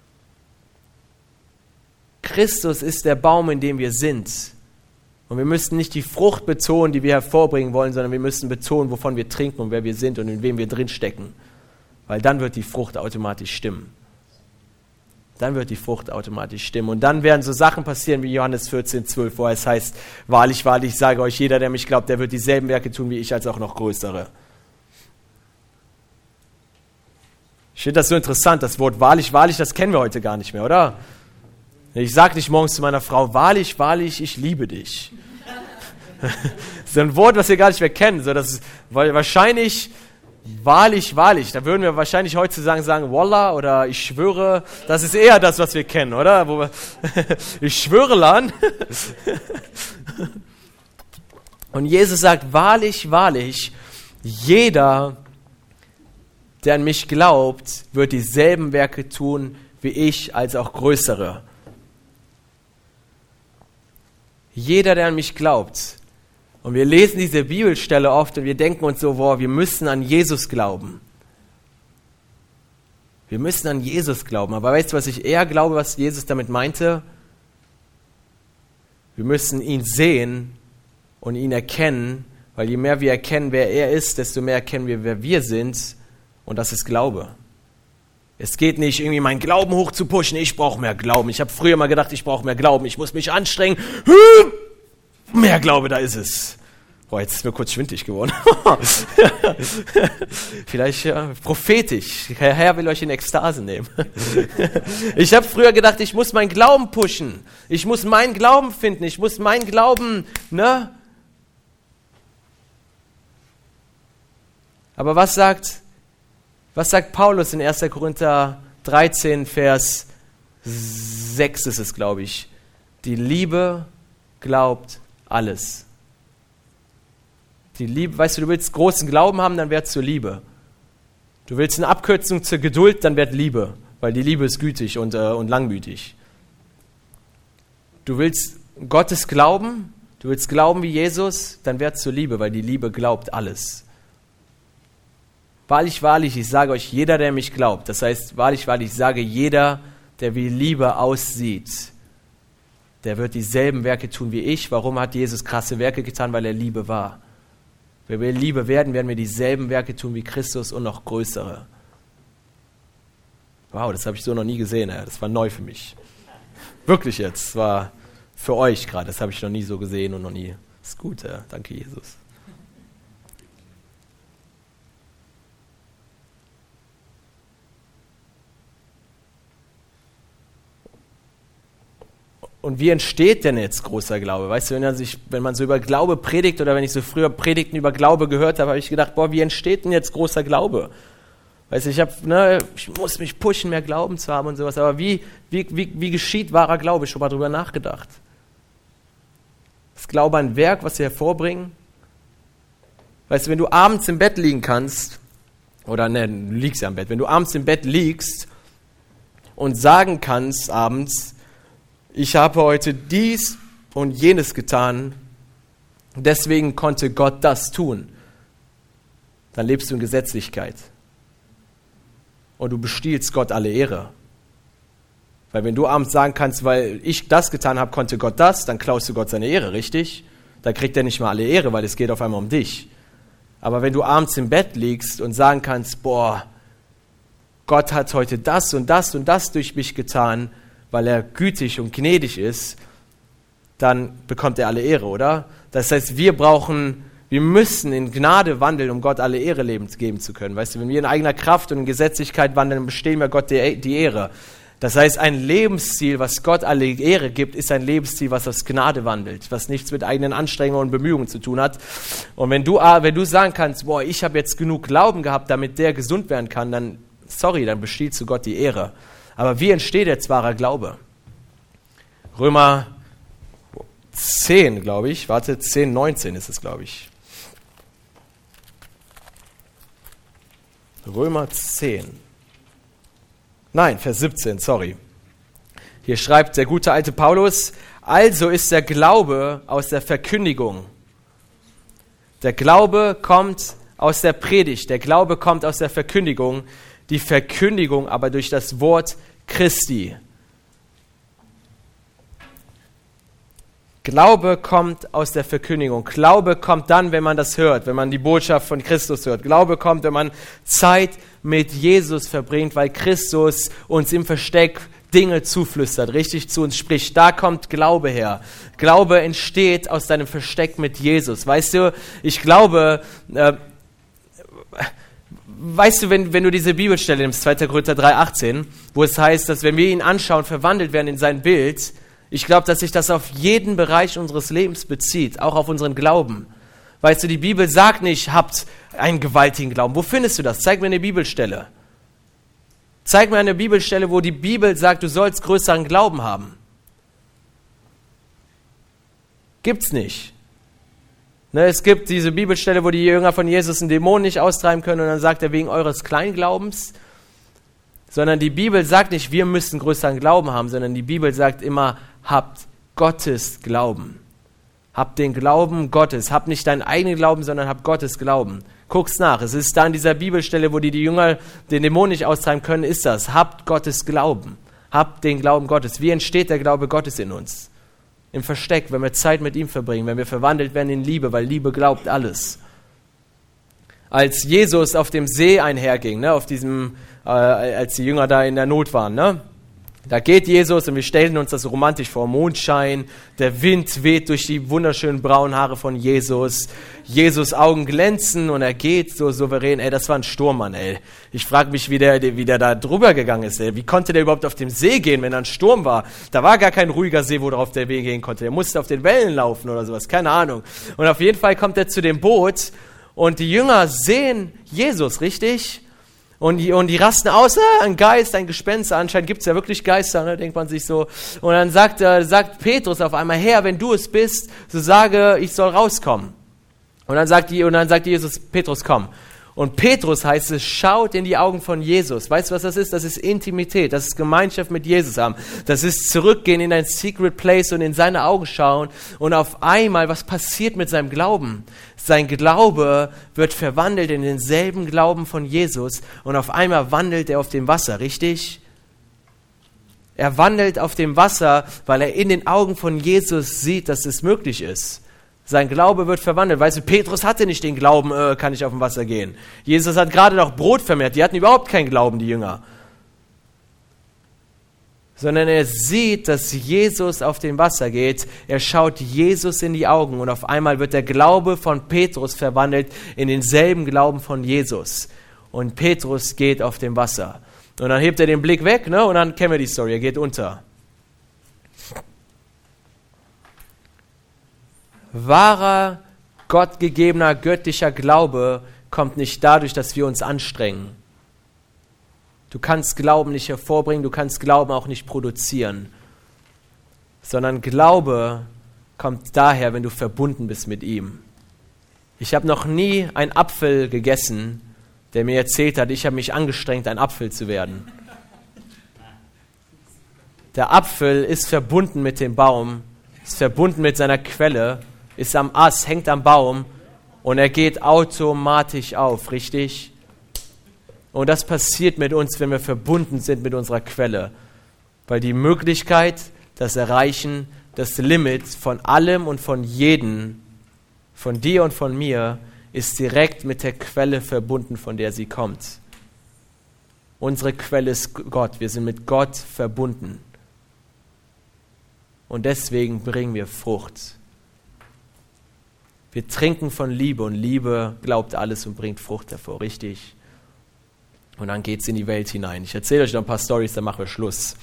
Christus ist der Baum, in dem wir sind. Und wir müssen nicht die Frucht betonen, die wir hervorbringen wollen, sondern wir müssen betonen, wovon wir trinken und wer wir sind und in wem wir drinstecken. Weil dann wird die Frucht automatisch stimmen. dann wird die Frucht automatisch stimmen. Und dann werden so Sachen passieren wie Johannes 14,12, wo es heißt, wahrlich, wahrlich, ich sage euch, jeder, der mich glaubt, der wird dieselben Werke tun wie ich, als auch noch größere. Ich finde das so interessant, das Wort wahrlich, wahrlich, das kennen wir heute gar nicht mehr, oder? Ich sage nicht morgens zu meiner Frau, wahrlich, wahrlich, ich liebe dich. Das ist ein Wort, was wir gar nicht mehr kennen. So, das ist, weil wahrscheinlich, wahrlich, wahrlich, da würden wir wahrscheinlich heutzutage sagen, Wallah oder ich schwöre, das ist eher das, was wir kennen, oder? Wo wir ich schwöre, Lan. Und Jesus sagt, wahrlich, wahrlich, jeder, der an mich glaubt, wird dieselben Werke tun wie ich, als auch größere. Jeder, der an mich glaubt. Und wir lesen diese Bibelstelle oft und wir denken uns so, boah, wir müssen an Jesus glauben. Wir müssen an Jesus glauben. Aber weißt du, was ich eher glaube, was Jesus damit meinte? Wir müssen ihn sehen und ihn erkennen, weil je mehr wir erkennen, wer er ist, desto mehr erkennen wir, wer wir sind. Und das ist Glaube. Es geht nicht, irgendwie meinen Glauben hoch zu pushen. Ich brauche mehr Glauben. Ich habe früher mal gedacht, ich brauche mehr Glauben. Ich muss mich anstrengen. Mehr Glaube, da ist es. Boah, jetzt ist mir kurz schwindelig geworden. Vielleicht prophetisch. Der Herr will euch in Ekstase nehmen. Ich habe früher gedacht, ich muss meinen Glauben pushen. Ich muss meinen Glauben finden. Ich muss meinen Glauben, ne? Aber was sagt Paulus in 1. Korinther 13, Vers 6 ist es, glaube ich. Die Liebe glaubt alles. Die Liebe, weißt du, du willst großen Glauben haben, dann werd zur Liebe. Du willst eine Abkürzung zur Geduld, dann werd Liebe, weil die Liebe ist gütig und langmütig. Du willst Gottes glauben, du willst glauben wie Jesus, dann werd zur Liebe, weil die Liebe glaubt alles. Wahrlich, wahrlich, ich sage euch, jeder, der mich glaubt, das heißt, wahrlich, wahrlich, ich sage, jeder, der wie Liebe aussieht, der wird dieselben Werke tun wie ich. Warum hat Jesus krasse Werke getan? Weil er Liebe war. Wenn wir Liebe werden wir dieselben Werke tun wie Christus und noch größere. Wow, das habe ich so noch nie gesehen. Das war neu für mich. Wirklich jetzt. Das war für euch gerade. Das habe ich noch nie so gesehen und noch nie. Das ist gut, ja. Danke, Jesus. Und wie entsteht denn jetzt großer Glaube? Weißt du, wenn man so über Glaube predigt oder wenn ich so früher Predigten über Glaube gehört habe, habe ich gedacht, boah, wie entsteht denn jetzt großer Glaube? Weißt du, ich muss mich pushen, mehr Glauben zu haben und sowas. Aber wie geschieht wahrer Glaube? Schon mal drüber nachgedacht. Ist Glaube ein Werk, was wir hervorbringen? Weißt du, wenn du abends im Bett liegen kannst, oder ne, du liegst ja im Bett, wenn du abends im Bett liegst und sagen kannst abends, ich habe heute dies und jenes getan, deswegen konnte Gott das tun. Dann lebst du in Gesetzlichkeit. Und du bestiehlst Gott alle Ehre. Weil wenn du abends sagen kannst, weil ich das getan habe, konnte Gott das, dann klaust du Gott seine Ehre, richtig? Dann kriegt er nicht mal alle Ehre, weil es geht auf einmal um dich. Aber wenn du abends im Bett liegst und sagen kannst, boah, Gott hat heute das und das und das durch mich getan, weil er gütig und gnädig ist, dann bekommt er alle Ehre, oder? Das heißt, wir müssen in Gnade wandeln, um Gott alle Ehre geben zu können. Weißt du, wenn wir in eigener Kraft und in Gesetzlichkeit wandeln, dann bestehen wir Gott die Ehre. Das heißt, ein Lebensstil, was Gott alle Ehre gibt, ist ein Lebensstil, was aus Gnade wandelt, was nichts mit eigenen Anstrengungen und Bemühungen zu tun hat. Und wenn du sagen kannst, boah, ich habe jetzt genug Glauben gehabt, damit der gesund werden kann, dann bestiehlst du Gott die Ehre. Aber wie entsteht jetzt wahrer Glaube? Römer 10, glaube ich. 10, 19 ist es, glaube ich. Römer 10. Nein, Vers 17, sorry. Hier schreibt der gute alte Paulus, also ist der Glaube aus der Verkündigung. Der Glaube kommt aus der Predigt, der Glaube kommt aus der Verkündigung, die Verkündigung aber durch das Wort Christi. Glaube kommt aus der Verkündigung. Glaube kommt dann, wenn man das hört, wenn man die Botschaft von Christus hört. Glaube kommt, wenn man Zeit mit Jesus verbringt, weil Christus uns im Versteck Dinge zuflüstert, richtig zu uns spricht. Da kommt Glaube her. Glaube entsteht aus deinem Versteck mit Jesus. Weißt du, ich glaube, wenn du diese Bibelstelle nimmst, 2. Korinther 3,18, wo es heißt, dass wenn wir ihn anschauen, verwandelt werden in sein Bild, ich glaube, dass sich das auf jeden Bereich unseres Lebens bezieht, auch auf unseren Glauben. Weißt du, die Bibel sagt nicht, habt einen gewaltigen Glauben. Wo findest du das? Zeig mir eine Bibelstelle. Zeig mir eine Bibelstelle, wo die Bibel sagt, du sollst größeren Glauben haben. Gibt's nicht. Ne, es gibt diese Bibelstelle, wo die Jünger von Jesus einen Dämon nicht austreiben können und dann sagt er, wegen eures Kleinglaubens. Sondern die Bibel sagt nicht, wir müssen größeren Glauben haben, sondern die Bibel sagt immer, habt Gottes Glauben. Habt den Glauben Gottes. Habt nicht deinen eigenen Glauben, sondern habt Gottes Glauben. Guck's nach. Es ist da in dieser Bibelstelle, wo die Jünger den Dämon nicht austreiben können, ist das. Habt Gottes Glauben. Habt den Glauben Gottes. Wie entsteht der Glaube Gottes in uns? Im Versteck, wenn wir Zeit mit ihm verbringen, wenn wir verwandelt werden in Liebe, weil Liebe glaubt alles. Als Jesus auf dem See einherging, ne, als die Jünger da in der Not waren, ne? Da geht Jesus und wir stellen uns das romantisch vor. Mondschein, der Wind weht durch die wunderschönen braunen Haare von Jesus. Jesus' Augen glänzen und er geht so souverän. Ey, das war ein Sturmmann, ey. Ich frage mich, wie der da drüber gegangen ist, ey. Wie konnte der überhaupt auf dem See gehen, wenn da ein Sturm war? Da war gar kein ruhiger See, wo drauf der Weg gehen konnte. Der musste auf den Wellen laufen oder sowas, keine Ahnung. Und auf jeden Fall kommt er zu dem Boot und die Jünger sehen Jesus, richtig? Und die rasten aus, ein Geist, ein Gespenst, anscheinend gibt es ja wirklich Geister, ne, denkt man sich so. Und dann sagt Petrus auf einmal, Herr, wenn du es bist, so sage, ich soll rauskommen. Und dann sagt Jesus, Petrus, komm. Und Petrus, heißt es, schaut in die Augen von Jesus. Weißt du, was das ist? Das ist Intimität, das ist Gemeinschaft mit Jesus haben. Das ist zurückgehen in ein Secret Place und in seine Augen schauen. Und auf einmal, was passiert mit seinem Glauben? Sein Glaube wird verwandelt in denselben Glauben von Jesus. Und auf einmal wandelt er auf dem Wasser, richtig? Er wandelt auf dem Wasser, weil er in den Augen von Jesus sieht, dass es möglich ist. Sein Glaube wird verwandelt. Weißt du, Petrus hatte nicht den Glauben, kann ich auf dem Wasser gehen. Jesus hat gerade noch Brot vermehrt. Die hatten überhaupt keinen Glauben, die Jünger. Sondern er sieht, dass Jesus auf dem Wasser geht. Er schaut Jesus in die Augen und auf einmal wird der Glaube von Petrus verwandelt in denselben Glauben von Jesus. Und Petrus geht auf dem Wasser. Und dann hebt er den Blick weg, ne? Und dann kennen wir die Story. Er geht unter. Wahrer, gottgegebener, göttlicher Glaube kommt nicht dadurch, dass wir uns anstrengen. Du kannst Glauben nicht hervorbringen, du kannst Glauben auch nicht produzieren. Sondern Glaube kommt daher, wenn du verbunden bist mit ihm. Ich habe noch nie einen Apfel gegessen, der mir erzählt hat, ich habe mich angestrengt, ein Apfel zu werden. Der Apfel ist verbunden mit dem Baum, ist verbunden mit seiner Quelle, ist am Ast, hängt am Baum und er geht automatisch auf, richtig? Und das passiert mit uns, wenn wir verbunden sind mit unserer Quelle. Weil die Möglichkeit, das Erreichen, das Limit von allem und von jedem, von dir und von mir, ist direkt mit der Quelle verbunden, von der sie kommt. Unsere Quelle ist Gott, wir sind mit Gott verbunden. Und deswegen bringen wir Frucht. Wir trinken von Liebe und Liebe glaubt alles und bringt Frucht hervor, richtig? Und dann geht es in die Welt hinein. Ich erzähle euch noch ein paar Storys, dann machen wir Schluss.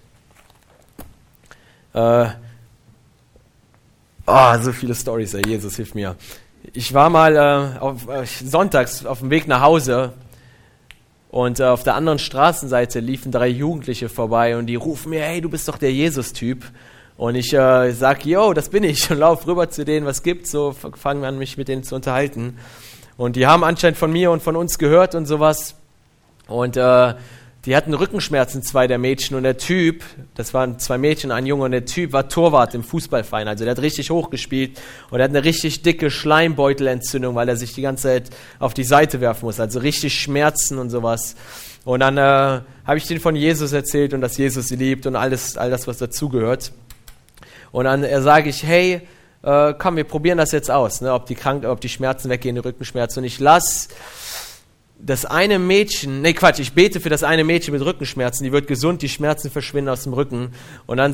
So viele Storys, Jesus hilf mir. Ich war mal sonntags auf dem Weg nach Hause und auf der anderen Straßenseite liefen 3 Jugendliche vorbei und die rufen mir, hey, du bist doch der Jesus-Typ. Und ich sage, yo, das bin ich und laufe rüber zu denen, was gibt's, so fangen an, mich mit denen zu unterhalten. Und die haben anscheinend von mir und von uns gehört und sowas. Und die hatten Rückenschmerzen, 2 der Mädchen. Und der Typ, das waren 2 Mädchen, ein Junge, und der Typ war Torwart im Fußballverein. Also der hat richtig hoch gespielt und er hat eine richtig dicke Schleimbeutelentzündung, weil er sich die ganze Zeit auf die Seite werfen muss. Also richtig Schmerzen und sowas. Und dann habe ich denen von Jesus erzählt und dass Jesus sie liebt und all das, was dazugehört. Und dann sage ich, hey, komm, wir probieren das jetzt aus, ne, ob die Schmerzen weggehen, die Rückenschmerzen. Und ich lasse das eine Mädchen, ich bete für das eine Mädchen mit Rückenschmerzen, die wird gesund, die Schmerzen verschwinden aus dem Rücken. Und dann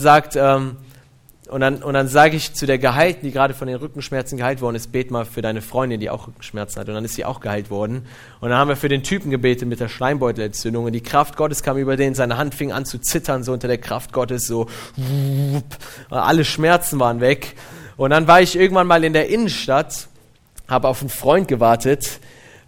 sage ich zu der Geheilten, die gerade von den Rückenschmerzen geheilt worden ist, bet mal für deine Freundin, die auch Rückenschmerzen hat. Und dann ist sie auch geheilt worden. Und dann haben wir für den Typen gebetet mit der Schleimbeutelentzündung. Und die Kraft Gottes kam über den, seine Hand fing an zu zittern, so unter der Kraft Gottes, so alle Schmerzen waren weg. Und dann war ich irgendwann mal in der Innenstadt, habe auf einen Freund gewartet,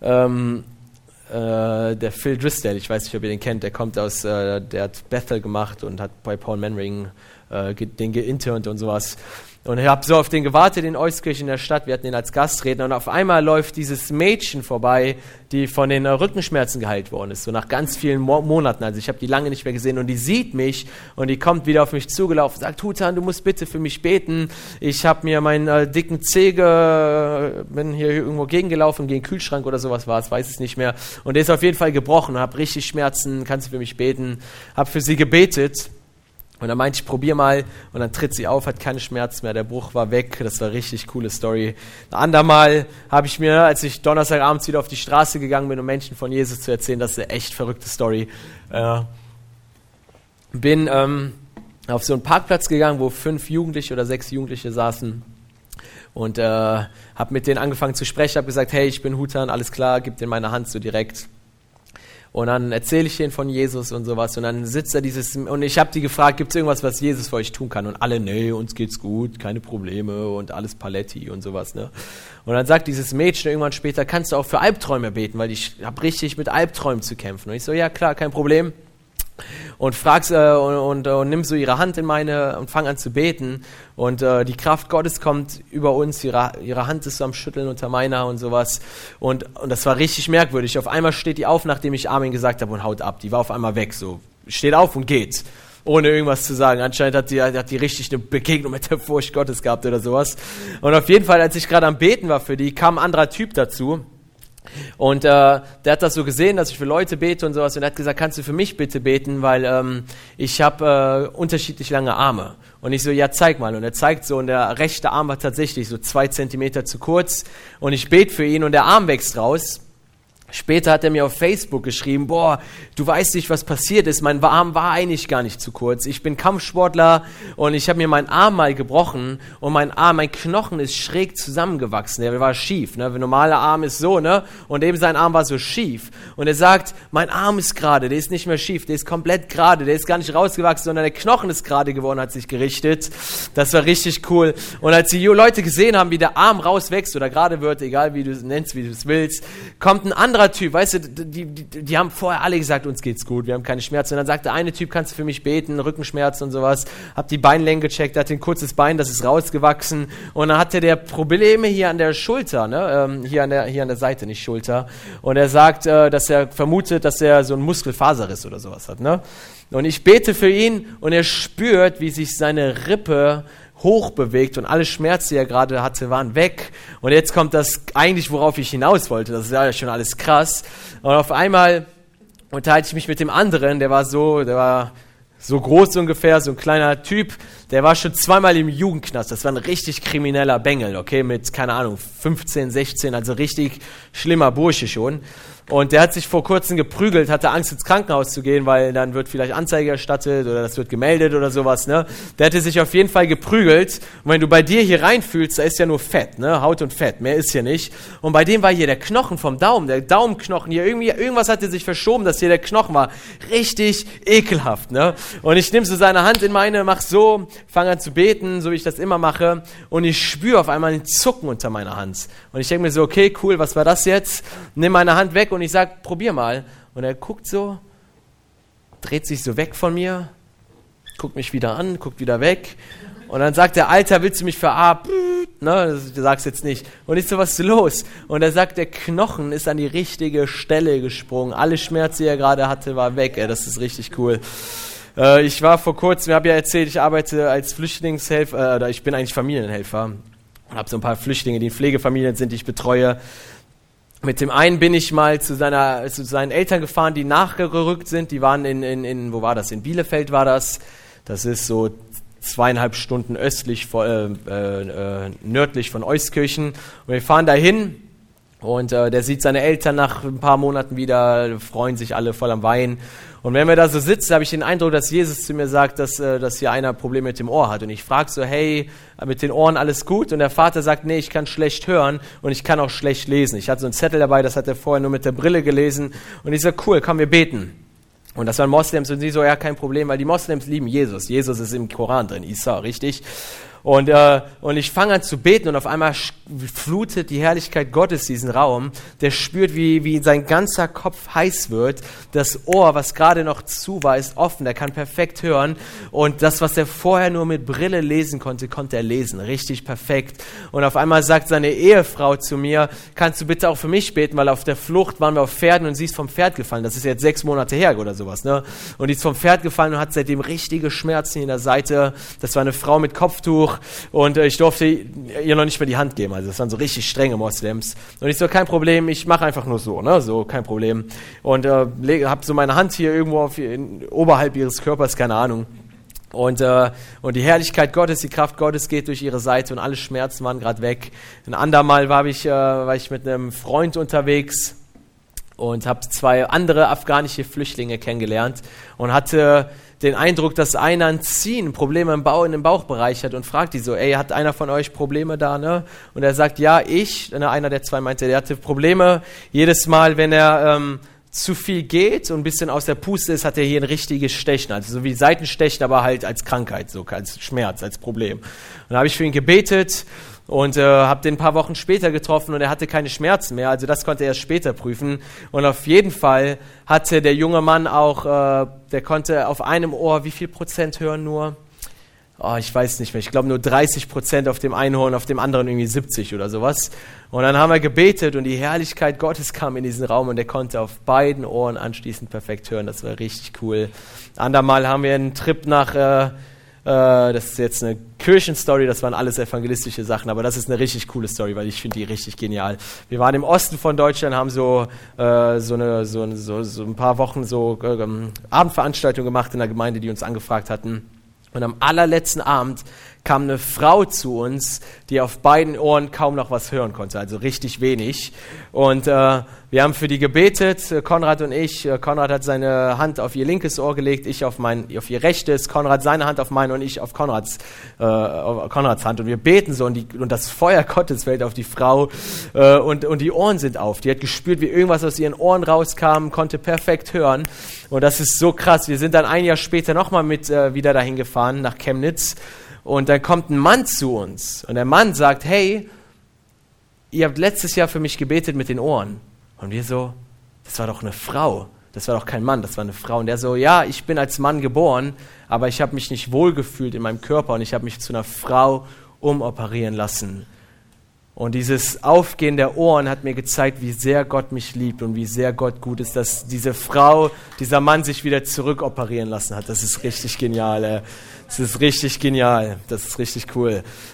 der Phil Drisdale, ich weiß nicht, ob ihr den kennt, der kommt aus, der hat Bethel gemacht und hat bei Paul Manring den geinternt und sowas. Und ich habe so auf den gewartet in Euskirchen in der Stadt, wir hatten ihn als Gastredner und auf einmal läuft dieses Mädchen vorbei, die von den Rückenschmerzen geheilt worden ist, so nach ganz vielen Monaten, also ich habe die lange nicht mehr gesehen und die sieht mich und die kommt wieder auf mich zugelaufen und sagt, Hutan, du musst bitte für mich beten, ich habe mir meinen dicken Zeh, bin hier irgendwo gegengelaufen, gegen den Kühlschrank oder sowas war es, weiß es nicht mehr und der ist auf jeden Fall gebrochen, habe richtig Schmerzen, kannst du für mich beten, habe für sie gebetet. Und dann meinte ich, probier mal. Und dann tritt sie auf, hat keine Schmerzen mehr. Der Bruch war weg. Das war eine richtig coole Story. Ein andermal habe ich mir, als ich Donnerstagabends wieder auf die Straße gegangen bin, um Menschen von Jesus zu erzählen, das ist eine echt verrückte Story, bin auf so einen Parkplatz gegangen, wo 5 Jugendliche oder 6 Jugendliche saßen. Und habe mit denen angefangen zu sprechen. Habe gesagt, hey, ich bin Hutan, alles klar, gib denen meine Hand so direkt. Und dann erzähle ich denen von Jesus und sowas. Und dann sitzt da und ich habe die gefragt, gibt es irgendwas, was Jesus für euch tun kann? Und alle, nee, uns geht's gut, keine Probleme und alles Paletti und sowas. Ne? Und dann sagt dieses Mädchen irgendwann später, kannst du auch für Albträume beten, weil ich habe richtig mit Albträumen zu kämpfen. Und ich so, ja klar, kein Problem. Und frag's und nimm so ihre Hand in meine und fang an zu beten und die Kraft Gottes kommt über uns, ihre Hand ist so am Schütteln unter meiner und sowas und das war richtig merkwürdig. Auf einmal steht die auf, nachdem ich Amen gesagt habe und haut ab. Die war auf einmal weg, so steht auf und geht, ohne irgendwas zu sagen. Anscheinend hat die richtig eine Begegnung mit der Furcht Gottes gehabt oder sowas. Und auf jeden Fall, als ich gerade am Beten war für die, kam ein anderer Typ dazu. Und der hat das so gesehen, dass ich für Leute bete und sowas und er hat gesagt, kannst du für mich bitte beten, weil ich habe unterschiedlich lange Arme. Und ich so, ja zeig mal. Und er zeigt so und der rechte Arm war tatsächlich so 2 Zentimeter zu kurz und ich bete für ihn und der Arm wächst raus. Später hat er mir auf Facebook geschrieben, boah, du weißt nicht, was passiert ist, mein Arm war eigentlich gar nicht zu kurz. Ich bin Kampfsportler und ich habe mir meinen Arm mal gebrochen und mein Knochen ist schräg zusammengewachsen, der war schief, ne? Der normale Arm ist so, ne? Und eben sein Arm war so schief. Und er sagt, mein Arm ist gerade, der ist nicht mehr schief, der ist komplett gerade, der ist gar nicht rausgewachsen, sondern der Knochen ist gerade geworden, hat sich gerichtet. Das war richtig cool. Und als die Leute gesehen haben, wie der Arm rauswächst oder gerade wird, egal wie du es nennst, wie du es willst, kommt ein anderer Typ, weißt du, die haben vorher alle gesagt, uns geht's gut, wir haben keine Schmerzen. Und dann sagt der eine Typ, kannst du für mich beten, Rückenschmerzen und sowas. Hab die Beinlänge gecheckt, der hat ein kurzes Bein, das ist rausgewachsen. Und dann hatte der Probleme hier an der Schulter, ne? Hier an der Seite, nicht Schulter. Und er sagt, dass er vermutet, dass er so ein Muskelfaserriss oder sowas hat, ne? Und ich bete für ihn und er spürt, wie sich seine Rippe hochbewegt und alle Schmerzen, die er gerade hatte, waren weg. Und jetzt kommt das eigentlich, worauf ich hinaus wollte. Das ist ja schon alles krass. Und auf einmal unterhalte ich mich mit dem anderen, der war so groß ungefähr, so ein kleiner Typ, der war schon 2-mal im Jugendknast. Das war ein richtig krimineller Bengel, okay, mit, keine Ahnung, 15, 16, also richtig schlimmer Bursche schon. Und der hat sich vor kurzem geprügelt, hatte Angst ins Krankenhaus zu gehen, weil dann wird vielleicht Anzeige erstattet oder das wird gemeldet oder sowas, ne? Der hatte sich auf jeden Fall geprügelt. Und wenn du bei dir hier reinfühlst, da ist ja nur Fett, ne? Haut und Fett, mehr ist hier nicht. Und bei dem war hier der Knochen vom Daumen, der Daumenknochen hier, irgendwas hatte sich verschoben, dass hier der Knochen war. Richtig ekelhaft, ne? Und ich nehme so seine Hand in meine, mach so, fange an zu beten, so wie ich das immer mache. Und ich spüre auf einmal ein Zucken unter meiner Hand. Und ich denke mir so, okay, cool, was war das jetzt? Nimm meine Hand weg und ich sage, probier mal. Und er guckt so, dreht sich so weg von mir, guckt mich wieder an, guckt wieder weg. Und dann sagt er, Alter, willst du mich verarbeiten? Ne, du sagst jetzt nicht. Und ich so, was ist los? Und er sagt, der Knochen ist an die richtige Stelle gesprungen. Alle Schmerzen, die er gerade hatte, war weg. Das ist richtig cool. Ich war vor kurzem, ich habe ja erzählt, ich arbeite als Flüchtlingshelfer, oder ich bin eigentlich Familienhelfer. Und habe so ein paar Flüchtlinge, die in Pflegefamilien sind, die ich betreue. Mit dem einen bin ich mal zu seinen Eltern gefahren, die nachgerückt sind. Die waren wo war das? In Bielefeld war das. Das ist so 2,5 Stunden nördlich von Euskirchen. Und wir fahren dahin Und der sieht seine Eltern nach ein paar Monaten wieder, freuen sich alle voll am Weinen. Und wenn wir da so sitzen, habe ich den Eindruck, dass Jesus zu mir sagt, dass hier einer Probleme mit dem Ohr hat. Und ich frage so, hey, mit den Ohren alles gut? Und der Vater sagt, nee, ich kann schlecht hören und ich kann auch schlecht lesen. Ich hatte so einen Zettel dabei, das hat er vorher nur mit der Brille gelesen. Und ich so, cool, komm, wir beten. Und das waren Moslems und sie so, ja, kein Problem, weil die Moslems lieben Jesus. Jesus ist im Koran drin, Isa, richtig? Und ich fange an zu beten und auf einmal flutet die Herrlichkeit Gottes diesen Raum. Der spürt, wie sein ganzer Kopf heiß wird. Das Ohr, was gerade noch zu war, ist offen. Der kann perfekt hören. Und das, was er vorher nur mit Brille lesen konnte, konnte er lesen. Richtig perfekt. Und auf einmal sagt seine Ehefrau zu mir, kannst du bitte auch für mich beten, weil auf der Flucht waren wir auf Pferden und sie ist vom Pferd gefallen. Das ist jetzt 6 Monate her oder sowas, ne? Und die ist vom Pferd gefallen und hat seitdem richtige Schmerzen in der Seite. Das war eine Frau mit Kopftuch. Und ich durfte ihr noch nicht mehr die Hand geben. Also das waren so richtig strenge Moslems. Und ich so, kein Problem, ich mache einfach nur so, ne? So, kein Problem. Und habe so meine Hand hier irgendwo oberhalb ihres Körpers, keine Ahnung. Und die Herrlichkeit Gottes, die Kraft Gottes geht durch ihre Seite und alle Schmerzen waren gerade weg. Ein andermal war ich mit einem Freund unterwegs und habe 2 andere afghanische Flüchtlinge kennengelernt und hatte den Eindruck, dass einer ein Ziehen, Probleme im Bauchbereich hat und fragt die so, ey, hat einer von euch Probleme da, ne? Und er sagt, ja, ich. Einer der 2 meinte, der hatte Probleme. Jedes Mal, wenn er zu viel geht und ein bisschen aus der Puste ist, hat er hier ein richtiges Stechen. Also so wie Seitenstechen, aber halt als Krankheit, so als Schmerz, als Problem. Und da habe ich für ihn gebetet und habe den ein paar Wochen später getroffen und er hatte keine Schmerzen mehr. Also das konnte er erst später prüfen. Und auf jeden Fall hatte der junge Mann auch, der konnte auf einem Ohr wie viel Prozent hören nur? Oh, ich weiß nicht mehr. Ich glaube nur 30% auf dem einen Ohr und auf dem anderen irgendwie 70 oder sowas. Und dann haben wir gebetet und die Herrlichkeit Gottes kam in diesen Raum und er konnte auf beiden Ohren anschließend perfekt hören. Das war richtig cool. Andermal haben wir einen Trip nach... das ist jetzt eine Kirchenstory, das waren alles evangelistische Sachen, aber das ist eine richtig coole Story, weil ich finde die richtig genial. Wir waren im Osten von Deutschland, haben so ein paar Wochen so Abendveranstaltungen gemacht in der Gemeinde, die uns angefragt hatten. Und am allerletzten Abend kam eine Frau zu uns, die auf beiden Ohren kaum noch was hören konnte, also richtig wenig. Und wir haben für die gebetet, Konrad und ich. Konrad hat seine Hand auf ihr linkes Ohr gelegt, ich auf ihr rechtes. Konrad seine Hand auf meine und ich auf Konrads Hand. Und wir beten so und das Feuer Gottes fällt auf die Frau und die Ohren sind auf. Die hat gespürt, wie irgendwas aus ihren Ohren rauskam, konnte perfekt hören. Und das ist so krass. Wir sind dann ein Jahr später nochmal wieder dahin gefahren, nach Chemnitz. Und dann kommt ein Mann zu uns und der Mann sagt, hey, ihr habt letztes Jahr für mich gebetet mit den Ohren. Und wir so, das war doch eine Frau, das war doch kein Mann, das war eine Frau. Und der so, ja, ich bin als Mann geboren, aber ich habe mich nicht wohlgefühlt in meinem Körper und ich habe mich zu einer Frau umoperieren lassen. Und dieses Aufgehen der Ohren hat mir gezeigt, wie sehr Gott mich liebt und wie sehr Gott gut ist, dass dieser Mann sich wieder zurückoperieren lassen hat. Das ist richtig genial. Das ist richtig genial. Das ist richtig cool.